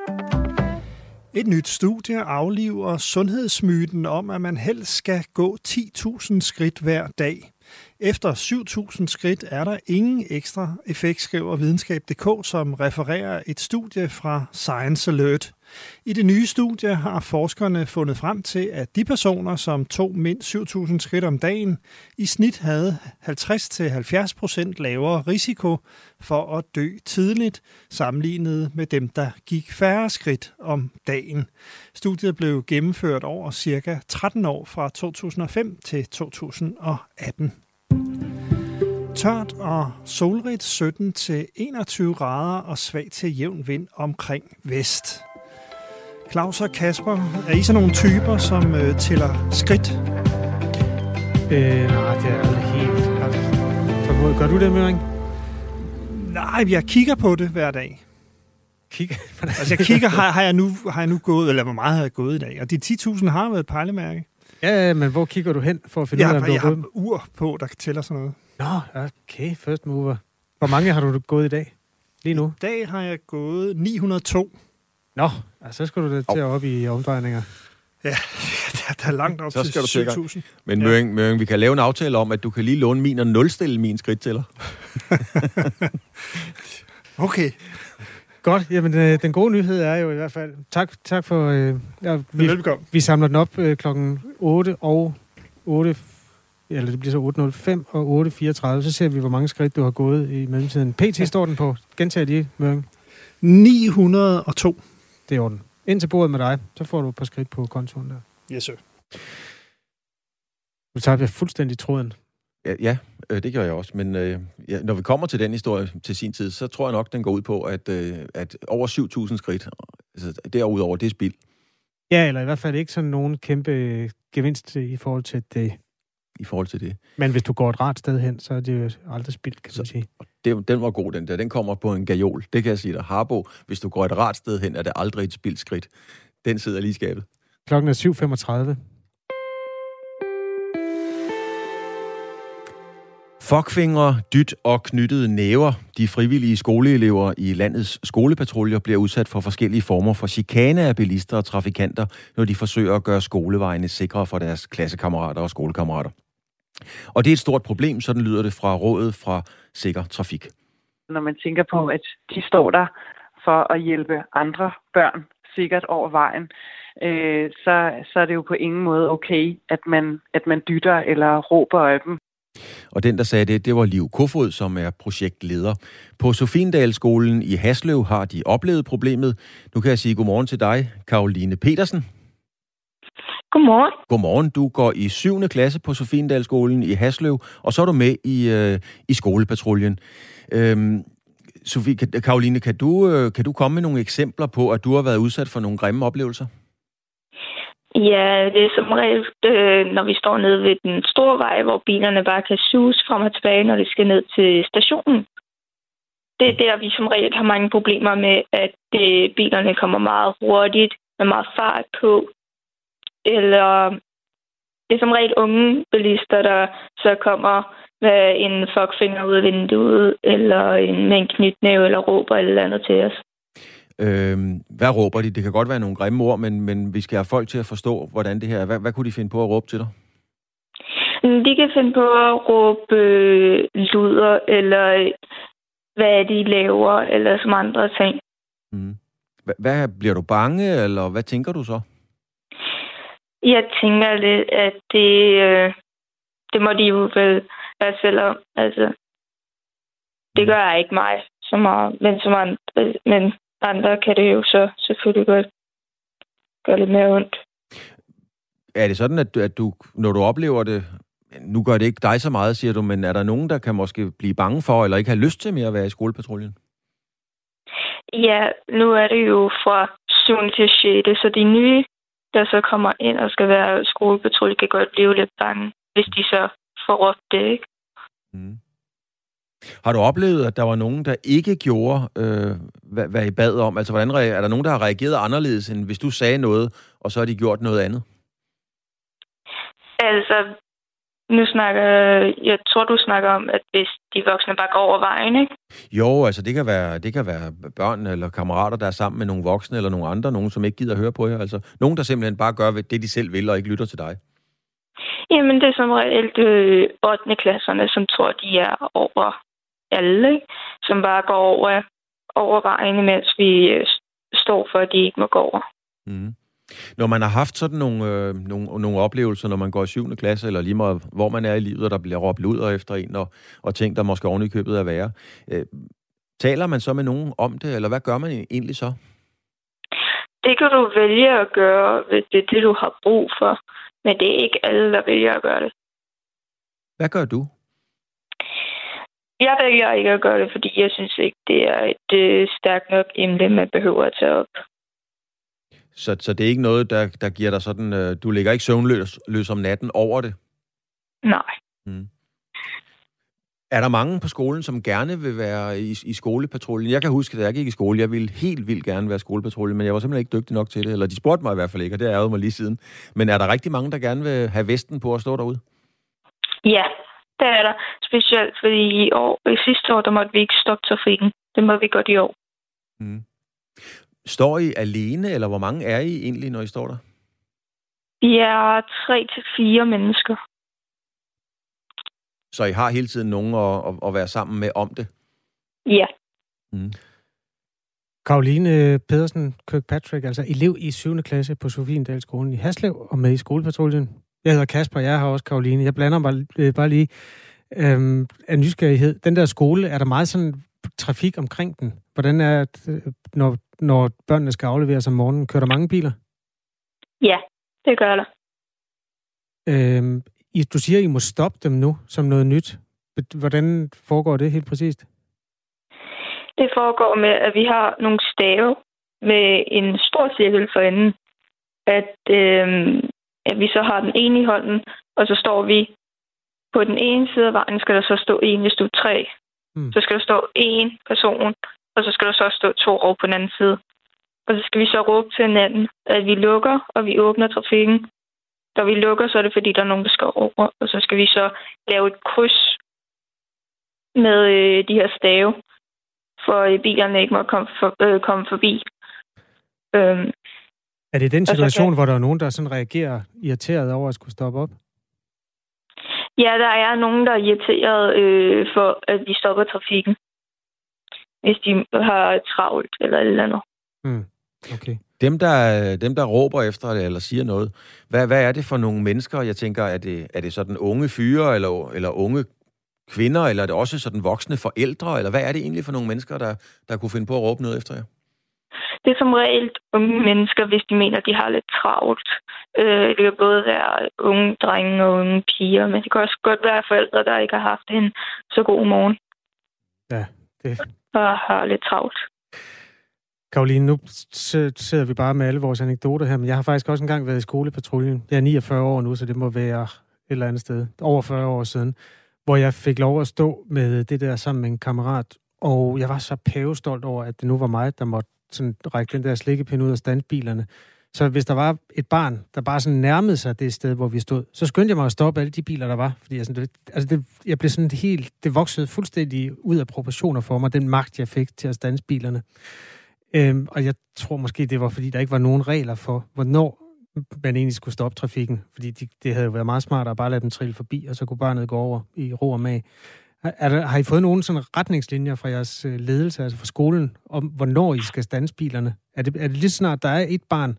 Et nyt studie afliver sundhedsmyten om, at man helst skal gå 10.000 skridt hver dag. Efter 7.000 skridt er der ingen ekstra effekt, skriver videnskab.dk, som refererer et studie fra Science Alert. I det nye studie har forskerne fundet frem til, at de personer, som tog mindst 7.000 skridt om dagen, i snit havde 50-70% lavere risiko for at dø tidligt, sammenlignet med dem, der gik færre skridt om dagen. Studiet blev gennemført over ca. 13 år fra 2005 til 2018. Tørt og solrigt 17-21 grader og svag til jævn vind omkring vest. Claus og Kasper, er I sådan nogle typer, som tæller skridt? Nej, det er aldrig helt. Gør du det, Møring? Nej, jeg kigger på det hver dag. Altså jeg kigger, har jeg nu gået, eller hvor meget har jeg gået i dag? Og de 10.000 har været et pejlemærke. Ja, men hvor kigger du hen for at finde ud af, om du har gået? Jeg har ur på, der tæller sådan noget. Nå, okay, first mover. Hvor mange har du gået i dag? Lige nu? I dag har jeg gået 902. Nå, så skal du da til op i omdrejninger. Ja, der er langt op til 7.000. Men Møring, vi kan lave en aftale om, at du kan lige låne min og nulstille min skridttæller. Okay. Godt. Jamen, den gode nyhed er jo i hvert fald... Tak for... Velbekomme. Vi samler den op klokken 8 og 8... Eller det bliver så 8.05 og 8.34. Så ser vi, hvor mange skridt du har gået i mellemtiden. PT står den på. Gentag lige, Møring. 902. Det er orden. Ind til bordet med dig, så får du et par skridt på kontoen der. Yes, sir. Nu tager vi fuldstændig tråden. Ja, det gør jeg også. Men når vi kommer til den historie til sin tid, så tror jeg nok, den går ud på, at over 7.000 skridt, altså derudover, det er spild. Ja, eller i hvert fald ikke sådan nogen kæmpe gevinst i forhold til det. I forhold til det. Men hvis du går et rart sted hen, så er det jo aldrig spildt, kan man sige. Den var god, den der. Den kommer på en gajol. Det kan jeg sige dig. Harbo, hvis du går et rart sted hen, er det aldrig et spildt skridt. Den sidder lige i skabet. Klokken er 7.35. Fuckfingre, dyt og knyttede næver. De frivillige skoleelever i landets skolepatruljer bliver udsat for forskellige former for chikane af bilister og trafikanter, når de forsøger at gøre skolevejene sikre for deres klassekammerater og skolekammerater. Og det er et stort problem, sådan lyder det fra rådet fra Sikker Trafik. Når man tænker på, at de står der for at hjælpe andre børn sikkert over vejen, så er det jo på ingen måde okay, at man dytter eller råber af dem. Og den, der sagde det var Liv Kofod, som er projektleder. På Sofiendalskolen i Haslev har de oplevet problemet. Nu kan jeg sige godmorgen til dig, Caroline Petersen. Godmorgen. Godmorgen. Du går i 7. klasse på Sofiendalskolen i Haslev, og så er du med i skolepatruljen. Caroline, kan du komme med nogle eksempler på, at du har været udsat for nogle grimme oplevelser? Ja, det er som regel, når vi står nede ved den store vej, hvor bilerne bare kan suse frem og tilbage, når de skal ned til stationen. Det er der, vi som regel har mange problemer med, at bilerne kommer meget hurtigt, med meget fart på. Eller det er som regel unge bilister, der så kommer med en fuckfinger ud af vinduet, eller med en knytnæve, eller råber eller andet til os. Hvad råber de? Det kan godt være nogle grimme ord, men vi skal have folk til at forstå, hvordan det her er. Hvad kunne de finde på at råbe til dig? De kan finde på at råbe luder, eller hvad de laver, eller som andre ting. Hvad bliver du bange, eller hvad tænker du så? Jeg tænker lidt, at det må de jo vel være selv om. Altså, det gør ikke mig så meget, men andre kan det jo så selvfølgelig godt gøre lidt mere ondt. Er det sådan, at du, når du oplever det, nu gør det ikke dig så meget, siger du, men er der nogen, der kan måske blive bange for, eller ikke have lyst til mere at være i skolepatruljen? Ja, nu er det jo fra 7. til 6. Så de nye, der så kommer ind og skal være skolepatrulje, kan godt blive lidt bange, hvis de så får råbt det, ikke? Har du oplevet, at der var nogen, der ikke gjorde, hvad I bad om? Altså, er der nogen, der har reageret anderledes, end hvis du sagde noget, og så har de gjort noget andet? Altså, jeg tror, du snakker om, at hvis de voksne bare går over vejen, ikke? Jo, altså det kan være børn eller kammerater, der er sammen med nogle voksne eller nogle andre, nogen, som ikke gider høre på jer. Altså, nogen, der simpelthen bare gør det, de selv vil, og ikke lytter til dig. Jamen, det er som reelt 8. klasserne, som tror, de er over alle, ikke? Som bare går over vejen, mens vi står for, at de ikke må gå over. Når man har haft sådan nogle oplevelser, når man går i 7. klasse, eller lige meget, hvor man er i livet, og der bliver råbt luder efter en, og ting, der måske oven i købet er værre. Taler man så med nogen om det, eller hvad gør man egentlig så? Det kan du vælge at gøre, hvis det er det, du har brug for. Men det er ikke alle, der vælger at gøre det. Hvad gør du? Jeg vælger ikke at gøre det, fordi jeg synes ikke, det er et stærkt nok emne, man behøver at tage op. Så det er ikke noget, der giver dig sådan... Du ligger ikke søvnløs om natten over det? Nej. Er der mange på skolen, som gerne vil være i skolepatruljen? Jeg kan huske, at jeg gik i skole. Jeg ville helt vildt gerne være skolepatruljen, men jeg var simpelthen ikke dygtig nok til det. Eller de spurgte mig i hvert fald ikke, og det ærgede mig lige siden. Men er der rigtig mange, der gerne vil have vesten på at stå derude? Ja, det er der. Specielt fordi i sidste år, der måtte vi ikke stoppe trafikken. Det må vi godt i år. Står I alene, eller hvor mange er I egentlig, når I står der? Vi er 3 til 4 mennesker. Så I har hele tiden nogen at være sammen med om det? Ja. Caroline Pedersen Kirkpatrick, altså elev i 7. klasse på Sofiendalsskolen i Haslev og med i skolepatruljen. Jeg hedder Kasper, jeg har også Caroline. Jeg blander mig bare lige af nysgerrighed. Den der skole, er der meget sådan trafik omkring den? Hvordan er det, når børnene skal afleveres om morgenen? Kører der mange biler? Ja, det gør der. Du siger, I må stoppe dem nu som noget nyt. Hvordan foregår det helt præcist? Det foregår med, at vi har nogle stave med en stor cirkel for enden. At vi så har den ene i hånden, og så står vi på den ene side af vejen, skal der så stå en, hvis du er 3. Så skal der stå en person, og så skal der så stå 2 over på den anden side. Og så skal vi så råbe til hinanden, at vi lukker, og vi åbner trafikken. Når vi lukker, så er det fordi, der er nogen, der skal over, og så skal vi så lave et kryds med de her stave, for bilerne ikke må komme forbi. Er det den situation, hvor der er nogen, der sådan reagerer irriteret over at skulle stoppe op? Ja, der er nogen, der er irriteret for, at vi stopper trafikken, hvis de har travlt eller et eller andet. Okay. Dem, der råber efter det eller siger noget, hvad er det for nogle mennesker? Jeg tænker, er det sådan unge fyre eller unge kvinder, eller er det også sådan voksne forældre, eller hvad er det egentlig for nogle mennesker, der kunne finde på at råbe noget efter jer? Det er som regel unge mennesker, hvis de mener, de har lidt travlt. Det kan både være unge drenge og unge piger, men det kan også godt være forældre, der ikke har haft en så god morgen. Ja, det... Og har lidt travlt. Caroline, nu sidder vi bare med alle vores anekdoter her, men jeg har faktisk også engang været i skolepatruljen. Jeg er 49 år nu, så det må være et eller andet sted. Over 40 år siden, hvor jeg fik lov at stå med det der sammen med en kammerat, og jeg var så pævestolt over, at det nu var mig, der måtte sådan række den der slikkepinde ud af standbilerne. Så hvis der var et barn, der bare sådan nærmede sig det sted, hvor vi stod, så skyndte jeg mig at stoppe alle de biler, der var. Fordi jeg blev sådan helt... Det voksede fuldstændig ud af proportioner for mig, den magt, jeg fik til at standse bilerne. Og jeg tror måske, det var, fordi der ikke var nogen regler for, hvornår man egentlig skulle stoppe trafikken. Fordi det havde jo været meget smart at bare lade dem trille forbi, og så kunne barnet gå over i ro og mag. Har I fået nogle sådan retningslinjer fra jeres ledelse, altså fra skolen, om hvornår I skal standse bilerne? Er det lige snart, der er et barn?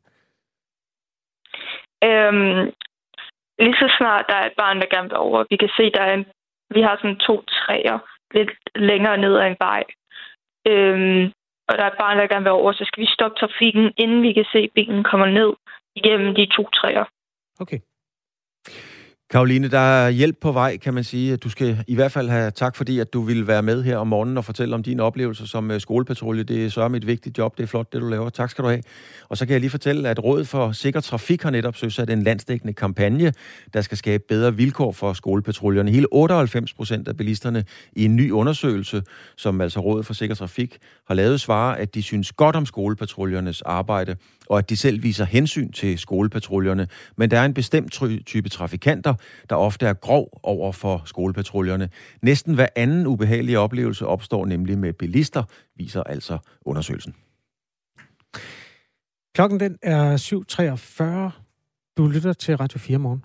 Lige så snart der er et barn, der gerne vil over. Vi kan se, vi har sådan 2 træer lidt længere ned ad en vej. Og der er et barn, der gerne vil over, så skal vi stoppe trafikken, inden vi kan se, at bilen kommer ned igennem de 2 træer. Okay. Caroline, der er hjælp på vej, kan man sige. Du skal i hvert fald have tak, fordi at du ville være med her om morgenen og fortælle om dine oplevelser som skolepatrulje. Det er sørme et vigtigt job. Det er flot, det du laver. Tak skal du have. Og så kan jeg lige fortælle, at Rådet for Sikker Trafik har netop søsat en landsdækkende kampagne, der skal skabe bedre vilkår for skolepatruljerne. Hele 98% af bilisterne i en ny undersøgelse, som altså Rådet for Sikker Trafik har lavet, svarer, at de synes godt om skolepatruljernes arbejde, og at de selv viser hensyn til skolepatruljerne. Men der er en bestemt type trafikanter, der ofte er grov over for skolepatruljerne. Næsten hver anden ubehagelige oplevelse opstår nemlig med bilister, viser altså undersøgelsen. Klokken den er 7.43. Du lytter til Radio 4 morgen.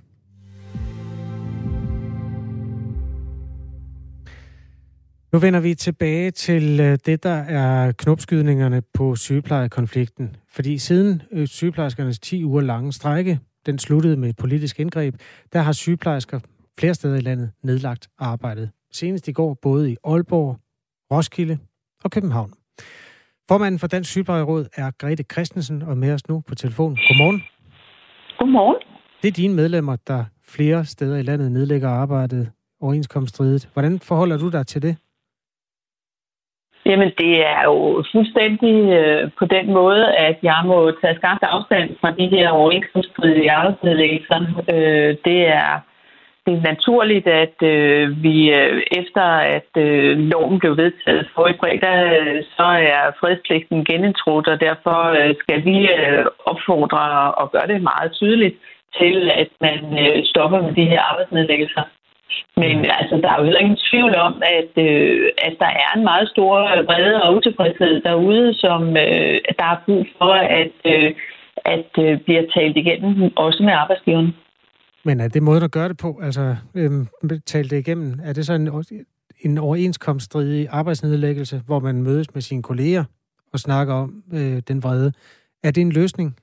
Nu vender vi tilbage til det, der er knopskydningerne på sygeplejekonflikten. Fordi siden sygeplejerskernes 10 uger lange strejke, den sluttede med et politisk indgreb, der har sygeplejersker flere steder i landet nedlagt arbejdet. Senest i går både i Aalborg, Roskilde og København. Formanden for Dansk Sygeplejeråd er Grete Christensen og med os nu på telefon. Godmorgen. Godmorgen. Det er dine medlemmer, der flere steder i landet nedlægger arbejdet overenskomststridigt. Hvordan forholder du dig til det? Jamen, det er jo fuldstændig på den måde, at jeg må tage skarpt afstand fra de her overenskomststridige arbejdsnedlæggelser. Det er naturligt, at vi efter at loven blev vedtaget forrige fredag, så er fredspligten genindtrådt, og derfor skal vi opfordre og gøre det meget tydeligt til, at man stopper med de her arbejdsnedlæggelser. Men altså, der er jo heller ingen tvivl om, at der er en meget stor vrede og utilfredshed derude, som der er brug for, at bliver talt igennem, også med arbejdsgiveren. Men er det måden at gøre det på? Altså, tale det igennem? Er det så en overenskomststridig arbejdsnedlæggelse, hvor man mødes med sine kolleger og snakker om den vrede. Er det en løsning?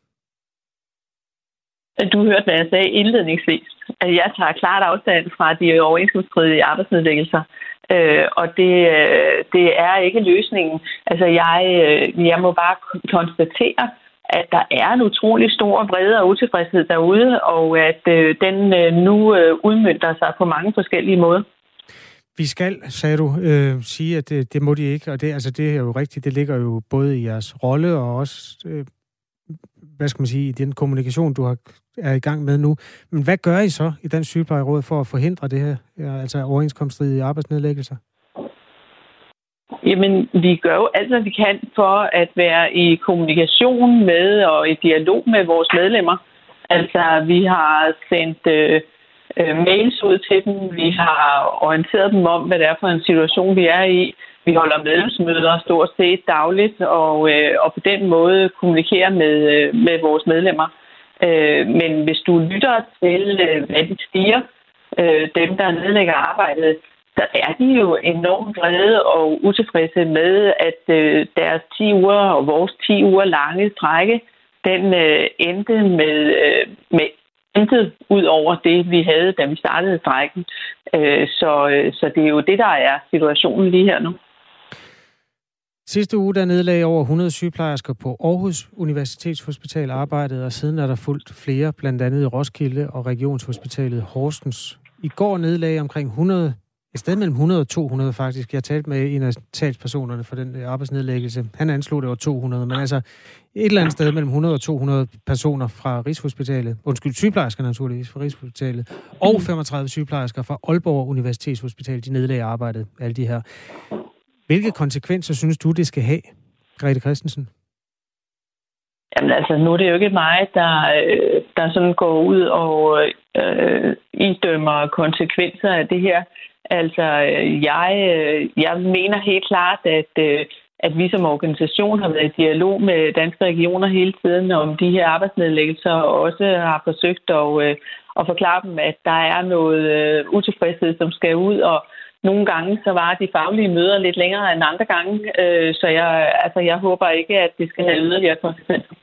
Du hørte, hvad jeg sagde indledningsvis. Jeg tager klart afstand fra de overenskomststridige arbejdsnedlæggelser. Og det er ikke løsningen. Altså, jeg må bare konstatere, at der er en utrolig stor vrede og utilfredshed derude, og at den nu udmønter sig på mange forskellige måder. Vi skal, sagde du, sige, at det må de ikke, og det er jo rigtigt. Det ligger jo både i jeres rolle og også, i den kommunikation, du er i gang med nu. Men hvad gør I så i Dansk Sygeplejeråd for at forhindre det her, altså overenskomststridige arbejdsnedlæggelser? Jamen, vi gør jo alt, hvad vi kan for at være i kommunikation med og i dialog med vores medlemmer. Altså, vi har sendt mails ud til dem. Vi har orienteret dem om, hvad det er for en situation, vi er i. Vi holder medlemsmøder stort set dagligt og på den måde kommunikerer med vores medlemmer. Men hvis du lytter til, hvad de siger, dem, der nedlægger arbejdet, så er de jo enormt vrede og utilfredse med, at deres 10 uger og vores 10 uger lange strække, den endte med intet ud over det, vi havde, da vi startede strækken. Så det er jo det, der er situationen lige her nu. Sidste uge der nedlagde over 100 sygeplejersker på Aarhus Universitetshospital arbejdet, og siden er der fulgt flere, blandt andet i Roskilde og Regionshospitalet Horsens. I går nedlagde omkring 100, et sted mellem 100 og 200 faktisk. Jeg talte med en af talspersonerne for den arbejdsnedlæggelse. Han anslog, det var 200, men altså et eller andet sted mellem 100 og 200 personer fra Rigshospitalet. Sygeplejersker naturligvis fra Rigshospitalet. Og 35 sygeplejersker fra Aalborg Universitetshospital, de nedlagde arbejdet, alle de her. Hvilke konsekvenser synes du, det skal have, Grete Christensen? Jamen altså, nu er det jo ikke mig, der sådan går ud og idømmer konsekvenser af det her. Altså, jeg mener helt klart, at vi som organisation har været i dialog med Danske Regioner hele tiden om de her arbejdsnedlæggelser, og også har forsøgt at forklare dem, at der er noget utilfredshed, som skal ud, og nogle gange så var de faglige møder lidt længere end andre gange, så jeg håber ikke, at det skal have yderligere konsekvenser.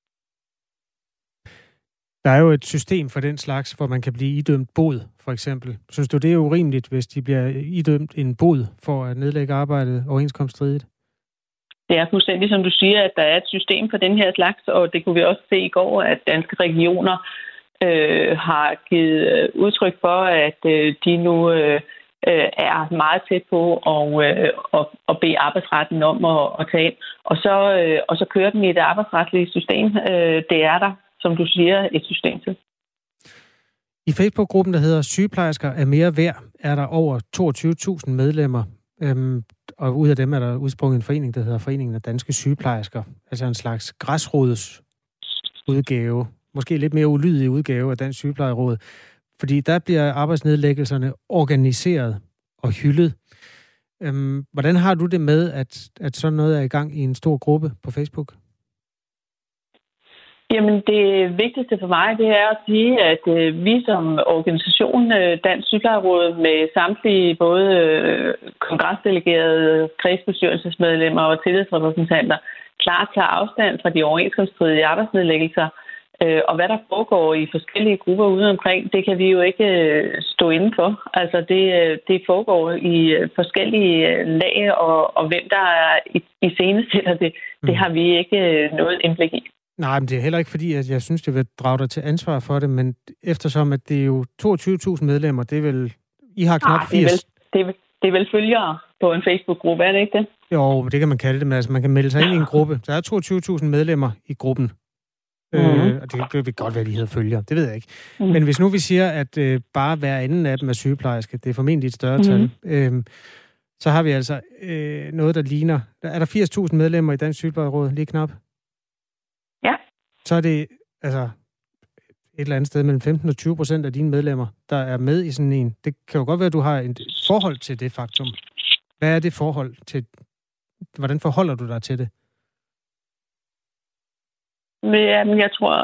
Der er jo et system for den slags, hvor man kan blive idømt bod, for eksempel. Synes du, det er urimeligt, hvis de bliver idømt en bod for at nedlægge arbejdet overenskomststridigt? Det er fuldstændig, som du siger, at der er et system for den her slags, og det kunne vi også se i går, at Danske Regioner har givet udtryk for, at de nu er meget tæt på at bede arbejdsretten om at tage ind. Og så kører den i det arbejdsretlige system. Det er der, som du siger, et system til. I Facebook-gruppen, der hedder Sygeplejersker er mere værd, er der over 22.000 medlemmer. Og ud af dem er der udsprunget en forening, der hedder Foreningen af Danske Sygeplejersker. Altså en slags græsrodsudgave. Måske lidt mere ulydig udgave af Dansk Sygeplejeråd. Fordi der bliver arbejdsnedlæggelserne organiseret og hyldet. Hvordan har du det med, at sådan noget er i gang i en stor gruppe på Facebook? Jamen, det vigtigste for mig, det er at sige, at vi som organisation, Dansk Sygeplejeråd, med samtlige både kongresdelegerede, kredsbestyrelsesmedlemmer og tillidsrepræsentanter, klart tager afstand fra de overenskomststridige arbejdsnedlæggelser. Og hvad der foregår i forskellige grupper ude omkring, det kan vi jo ikke stå inden for. Altså det foregår i forskellige lag, og hvem der er i scenesætter det har vi ikke noget indblik i. Nej, men det er heller ikke fordi, at jeg synes, det vil drage dig til ansvar for det, men eftersom at det er jo 22.000 medlemmer, det er vel... I har knap 80... Det er vel følgere på en Facebook-gruppe, er det ikke det? Jo, det kan man kalde det, men altså man kan melde sig ind i en gruppe. Der er 22.000 medlemmer i gruppen. Og det vil godt være, de hedder følgere. Det ved jeg ikke. Men hvis nu vi siger, at bare hver anden af dem er sygeplejerske, det er formentlig et større tal, så har vi altså noget, der ligner... Er der 80.000 medlemmer i Dansk Sygeplejeråd, lige knap? Ja. Så er det altså et eller andet sted mellem 15% og 20% af dine medlemmer, der er med i sådan en. Det kan jo godt være, at du har et forhold til det faktum. Hvad er det forhold til? Hvordan forholder du dig til det? Men jeg tror,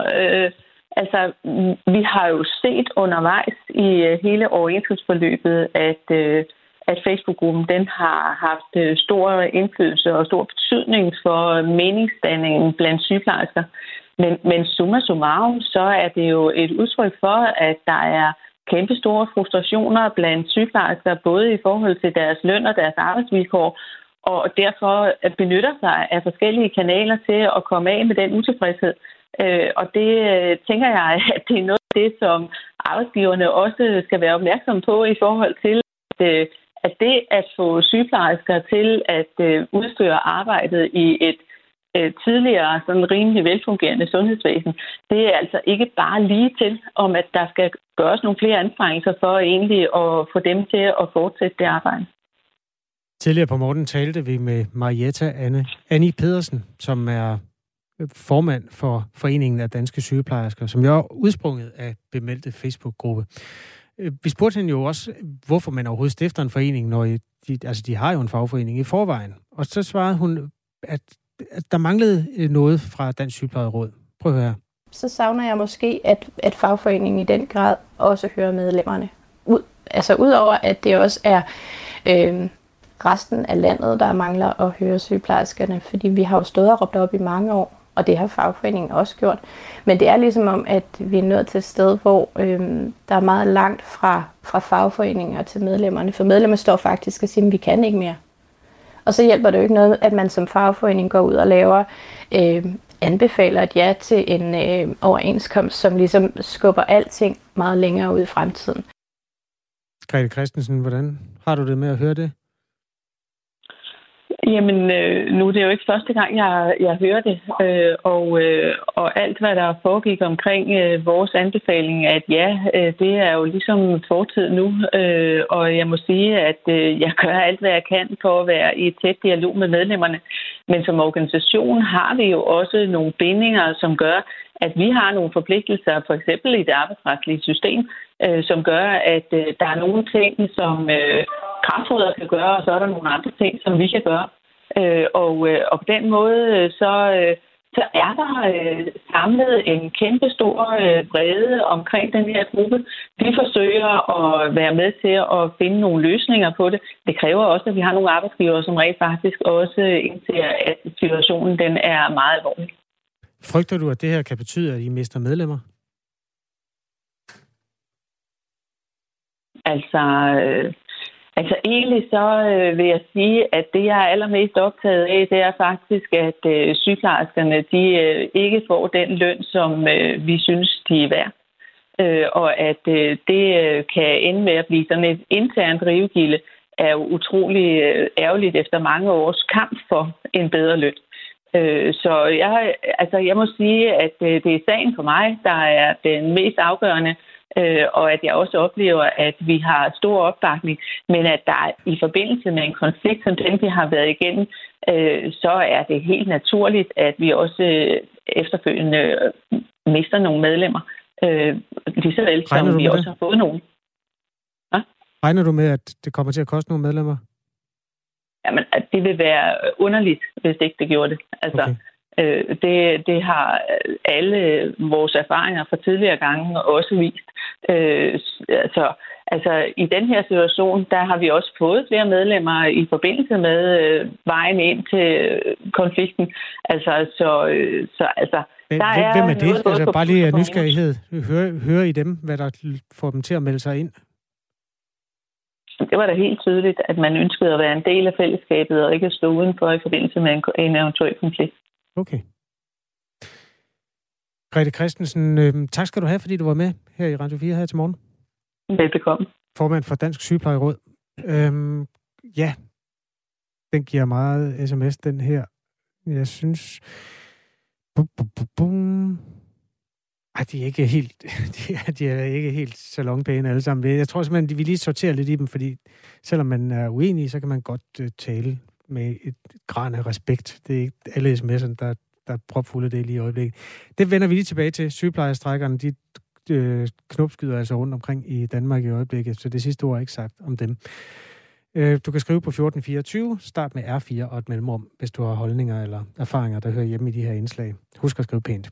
vi har jo set undervejs i hele overenskomstforløbet, at Facebook-gruppen den har haft stor indflydelse og stor betydning for meningsdanningen blandt sygeplejersker. Men summa summarum, så er det jo et udtryk for, at der er kæmpe store frustrationer blandt sygeplejersker, både i forhold til deres løn og deres arbejdsvilkår, og derfor benytter sig af forskellige kanaler til at komme af med den utilfredshed. Og det tænker jeg, at det er noget af det, som arbejdsgiverne også skal være opmærksomme på i forhold til, at det at få sygeplejersker til at udføre arbejdet i et tidligere sådan rimelig velfungerende sundhedsvæsen, det er altså ikke bare lige til, om at der skal gøres nogle flere anstrengelser for egentlig at få dem til at fortsætte det arbejde. Tidligere på morgenen talte vi med Marietta Annie Pedersen, som er formand for Foreningen af Danske Sygeplejersker, som jo er udsprunget af bemeldte Facebook-gruppe. Vi spurgte hende jo også, hvorfor man overhovedet stifter en forening, når de har jo en fagforening i forvejen. Og så svarede hun, at der manglede noget fra Dansk Sygeplejeråd. Prøv at høre. Så savner jeg måske, at fagforeningen i den grad også hører medlemmerne ud. Altså udover, at det også er resten af landet, der mangler at høre sygeplejerskerne, fordi vi har jo stået og råbt op i mange år, og det har fagforeningen også gjort. Men det er ligesom om, at vi er nået til et sted, hvor der er meget langt fra fagforeninger til medlemmerne, for medlemmer står faktisk og siger, at vi kan ikke mere. Og så hjælper det jo ikke noget, at man som fagforening går ud og laver, anbefaler et ja til en overenskomst, som ligesom skubber alting meget længere ud i fremtiden. Grete Christensen, hvordan har du det med at høre det? Jamen, nu er det jo ikke første gang, jeg hører det, og alt, hvad der foregik omkring vores anbefaling, at ja, det er jo ligesom fortid nu, og jeg må sige, at jeg gør alt, hvad jeg kan for at være i et tæt dialog med medlemmerne, men som organisation har vi jo også nogle bindinger, som gør, at vi har nogle forpligtelser, for eksempel i det arbejdsretlige system, som gør, at der er nogle ting, som kraftfoder kan gøre, og så er der nogle andre ting, som vi kan gøre. Og på den måde, så er der samlet en kæmpe stor brede omkring den her gruppe. Vi forsøger at være med til at finde nogle løsninger på det. Det kræver også, at vi har nogle arbejdsgivere, som rent faktisk også indser, at situationen den er meget alvorlig. Frygter du, at det her kan betyde, at I mister medlemmer? Altså egentlig så vil jeg sige, at det jeg er allermest optaget af, det er faktisk, at sygeplejerskerne de ikke får den løn, som vi synes, de er værd. Og at det kan ende med at blive sådan et internt rivegilde, er jo utrolig ærgerligt efter mange års kamp for en bedre løn. Så jeg må sige, at det er sagen for mig, der er den mest afgørende, og at jeg også oplever, at vi har stor opbakning, men at der i forbindelse med en konflikt, som den vi har været igennem, så er det helt naturligt, at vi også efterfølgende mister nogle medlemmer, lige så vel som vi også har fået nogen. Ja? Regner du med, at det kommer til at koste nogle medlemmer? Jamen, det vil være underligt, hvis ikke det gjorde det. Altså, okay. Det har alle vores erfaringer fra tidligere gange også vist. Altså, i den her situation, der har vi også fået flere medlemmer i forbindelse med vejen ind til konflikten. Hvem er det? Altså, bare lige af nysgerrighed. Hører I dem, hvad der får dem til at melde sig ind? Det var da helt tydeligt, at man ønskede at være en del af fællesskabet og ikke at stå udenfor i forbindelse med en eventuel konflikt. Okay. Grete Christensen, tak skal du have, fordi du var med her i Radio 4 her til morgen. Velbekomme. Formand for Dansk Sygeplejeråd. Ja, den giver meget sms, den her. Jeg synes... de er ikke helt, de er ikke helt salonpæne alle sammen. Jeg tror simpelthen, vi lige sorterer lidt i dem, fordi selvom man er uenig, så kan man godt tale med et gran af respekt. Det er ikke alle sms'erne, der er propfulde det lige i øjeblikket. Det vender vi lige tilbage til. Sygeplejerstrækkerne, de knopskyder altså rundt omkring i Danmark i øjeblikket, så det sidste ord er ikke sagt om dem. Du kan skrive på 1424, start med R4 og et mellemrum, hvis du har holdninger eller erfaringer, der hører hjemme i de her indslag. Husk at skrive pænt.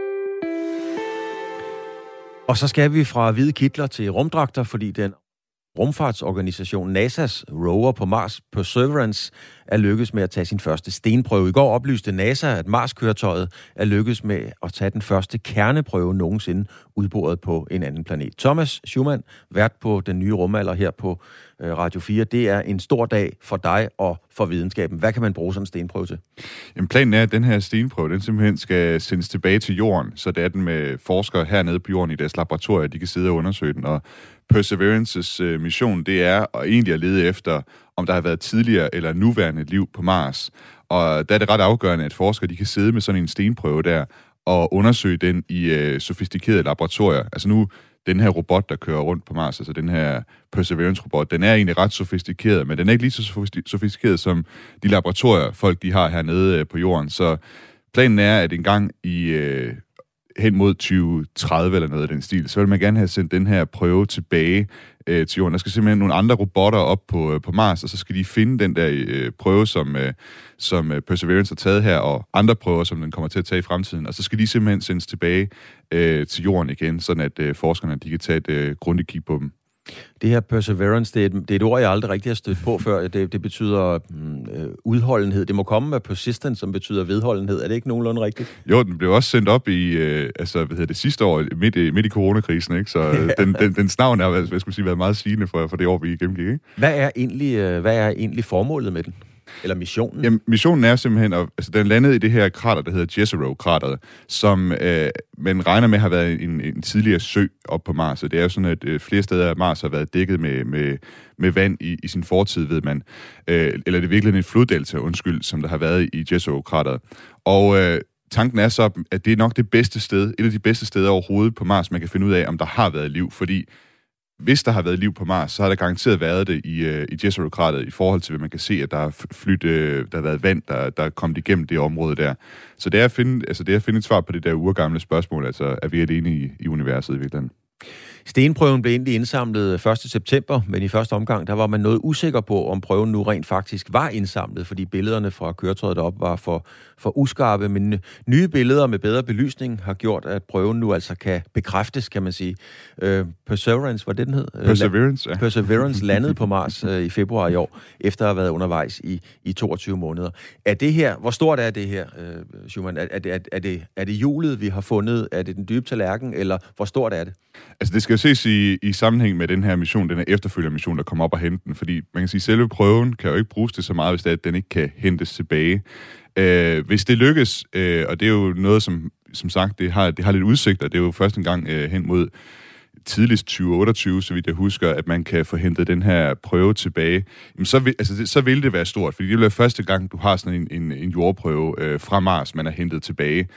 Og så skal vi fra hvide kitler til rumdragter, fordi den rumfartsorganisation NASA's rover på Mars, Perseverance, er lykkedes med at tage sin første stenprøve. I går oplyste NASA, at Mars-køretøjet er lykkedes med at tage den første kerneprøve nogensinde udboret på en anden planet. Thomas Schumann, vært på Den Nye Rumalder her på Radio 4. Det er en stor dag for dig og for videnskaben. Hvad kan man bruge sådan en stenprøve til? Jamen, planen er, at den her stenprøve, den simpelthen skal sendes tilbage til jorden, så det er den med forskere hernede på jorden i deres laboratorier, de kan sidde og undersøge den. Og Perseverances mission, det er egentlig at lede efter, om der har været tidligere eller nuværende liv på Mars. Og der er det ret afgørende, at forskere de kan sidde med sådan en stenprøve der og undersøge den i sofistikerede laboratorier. Altså nu, den her robot, der kører rundt på Mars, altså den her Perseverance-robot, den er egentlig ret sofistikeret, men den er ikke lige så sofistikeret som de laboratorier, folk de har hernede på jorden. Så planen er, at en gang i hen mod 2030 eller noget af den stil, så vil man gerne have sendt den her prøve tilbage til jorden. Der skal simpelthen nogle andre robotter op på Mars, og så skal de finde den der prøve, som Perseverance har taget her, og andre prøver, som den kommer til at tage i fremtiden. Og så skal de simpelthen sendes tilbage til jorden igen, sådan at forskerne de kan tage et grundigt kig på dem. Det her Perseverance, det er et ord, jeg aldrig rigtig har stødt på før. Det betyder udholdenhed. Det må komme med persistence, som betyder vedholdenhed. Er det ikke nogenlunde rigtigt? Jo, den blev også sendt op i sidste år, midt i coronakrisen, ikke? Så dens navn har været meget sigende for det år, vi gennemgik, ikke? Hvad er egentlig formålet med den? Eller missionen? Jamen, missionen er simpelthen, den landede i det her krater, der hedder Jezero-krateret, som man regner med har været en tidligere sø op på Mars. Det er jo sådan, at flere steder af Mars har været dækket med vand i sin fortid, ved man. Eller det er virkelig en floddelta, som der har været i Jezero-krateret. Og tanken er så, at det er nok det bedste sted, et af de bedste steder overhovedet på Mars, man kan finde ud af, om der har været liv, fordi hvis der har været liv på Mars, så har der garanteret været det i Jezero-krateret i forhold til, hvad man kan se, at der har været vand, der er kommet igennem det område der. Så det er at finde et svar på det der urgamle spørgsmål, altså er vi alene i universet i virkeligheden. Stenprøven blev egentlig indsamlet 1. september, men i første omgang, der var man noget usikker på, om prøven nu rent faktisk var indsamlet, fordi billederne fra køretøjet deroppe var for uskarpe, men nye billeder med bedre belysning har gjort, at prøven nu altså kan bekræftes, kan man sige. Perseverance, var det den hed? Perseverance, ja. Perseverance landede på Mars i februar i år, efter at have været undervejs i 22 måneder. Er det her, hvor stort er det her, Schumann? Er det hjulet, vi har fundet? Er det den dybe tallerken, eller hvor stort er det? Altså, det skal jo ses i sammenhæng med den her mission, den her efterfølgermission, der kommer op og hente den, fordi man kan sige, at selve prøven kan jo ikke bruges til så meget, hvis det er, at den ikke kan hentes tilbage. Hvis det lykkes, og det er jo noget, som sagt, det har lidt udsigter, det er jo først en gang hen mod tidligst 2028, så vidt jeg husker, at man kan få hentet den her prøve tilbage, jamen så vil det være stort, fordi det bliver første gang, du har sådan en jordprøve fra Mars, man har hentet tilbage.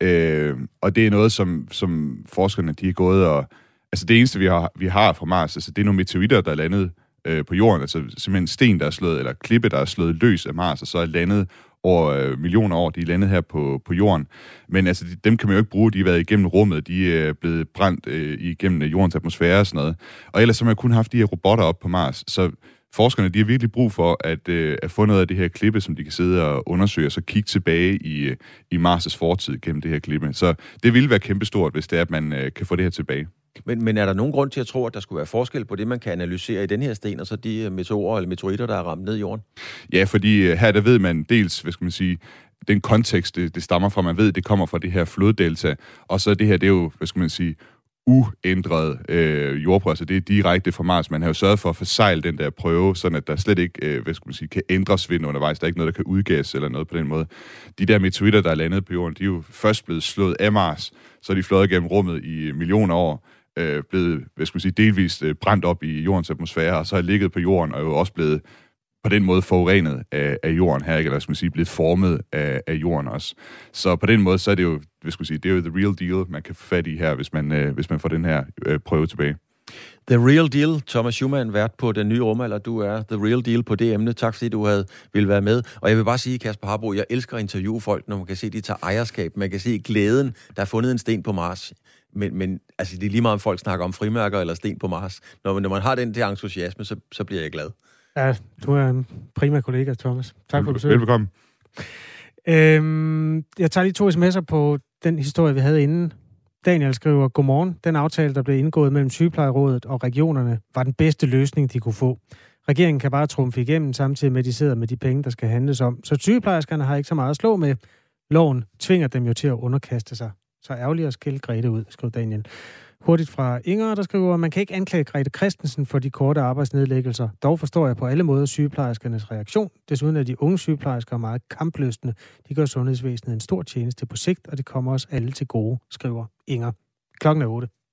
Og det er noget, som forskerne de er gået og... Altså det eneste, vi har fra Mars, altså det er nogle meteoritter, der er landet på jorden, altså simpelthen sten, der er slået, eller klippe, der er slået løs af Mars, og så er landet over millioner år, de er landet her på jorden. Men altså, dem kan man jo ikke bruge, de har været igennem rummet, de er blevet brændt igennem jordens atmosfære og sådan noget. Og ellers har man kun haft de her robotter op på Mars, så forskerne, de har virkelig brug for at få noget af det her klippe, som de kan sidde og undersøge, og så kigge tilbage i Mars' fortid gennem det her klippe. Så det ville være kæmpestort, hvis det er, at man kan få det her tilbage. Men er der nogen grund til at tro, at der skulle være forskel på det, man kan analysere i den her sten, og så de meteorer eller meteoritter, der er ramt ned i jorden? Ja, fordi her der ved man dels, den kontekst, det stammer fra, man ved, det kommer fra det her floddelta, og så det her, det er jo, uændret jordprøve, altså det er direkte fra Mars. Man har jo sørget for at forsejle den der prøve, sådan at der slet ikke, kan ændres vind undervejs. Der er ikke noget, der kan udgas eller noget på den måde. De der meteoritter, der er landet på jorden, de er jo først blevet slået af Mars, så er de fløjet gennem rummet i millioner år, blevet, delvist brændt op i jordens atmosfære, og så er ligget på jorden, og jo også blevet på den måde forurenet af jorden her, eller blevet formet af jorden også. Så på den måde, så er det jo, det er jo the real deal, man kan få fat i her, hvis man får den her prøve tilbage. The real deal, Thomas Schumann, vært på Den Nye Rumalder. Du er the real deal på det emne. Tak fordi du ville være med. Og jeg vil bare sige, Kasper Harbo, jeg elsker at interviewe folk, når man kan se, de tager ejerskab. Man kan se glæden, der er fundet en sten på Mars. Men altså, det er lige meget, om folk snakker om frimærker eller sten på Mars. Når man har den der entusiasme, så bliver jeg glad. Ja, du er en prima kollega, Thomas. Tak for besøget. Velbekomme. Jeg tager lige 2 sms'er på den historie, vi havde inden. Daniel skriver, godmorgen. Den aftale, der blev indgået mellem sygeplejerådet og regionerne, var den bedste løsning, de kunne få. Regeringen kan bare trumfe igennem, samtidig med, at de sidder med de penge, der skal handles om. Så sygeplejerskerne har ikke så meget at slå med. Loven tvinger dem jo til at underkaste sig. Så ærgerligt at skille Grete ud, skriver Daniel. Hurtigt fra Inger, der skriver, man kan ikke anklage Grete Christensen for de korte arbejdsnedlæggelser. Dog forstår jeg på alle måder sygeplejerskernes reaktion. Desuden er de unge sygeplejersker meget kampløsende. De gør sundhedsvæsenet en stor tjeneste på sigt, og det kommer os alle til gode, skriver Inger. Klokken er 8.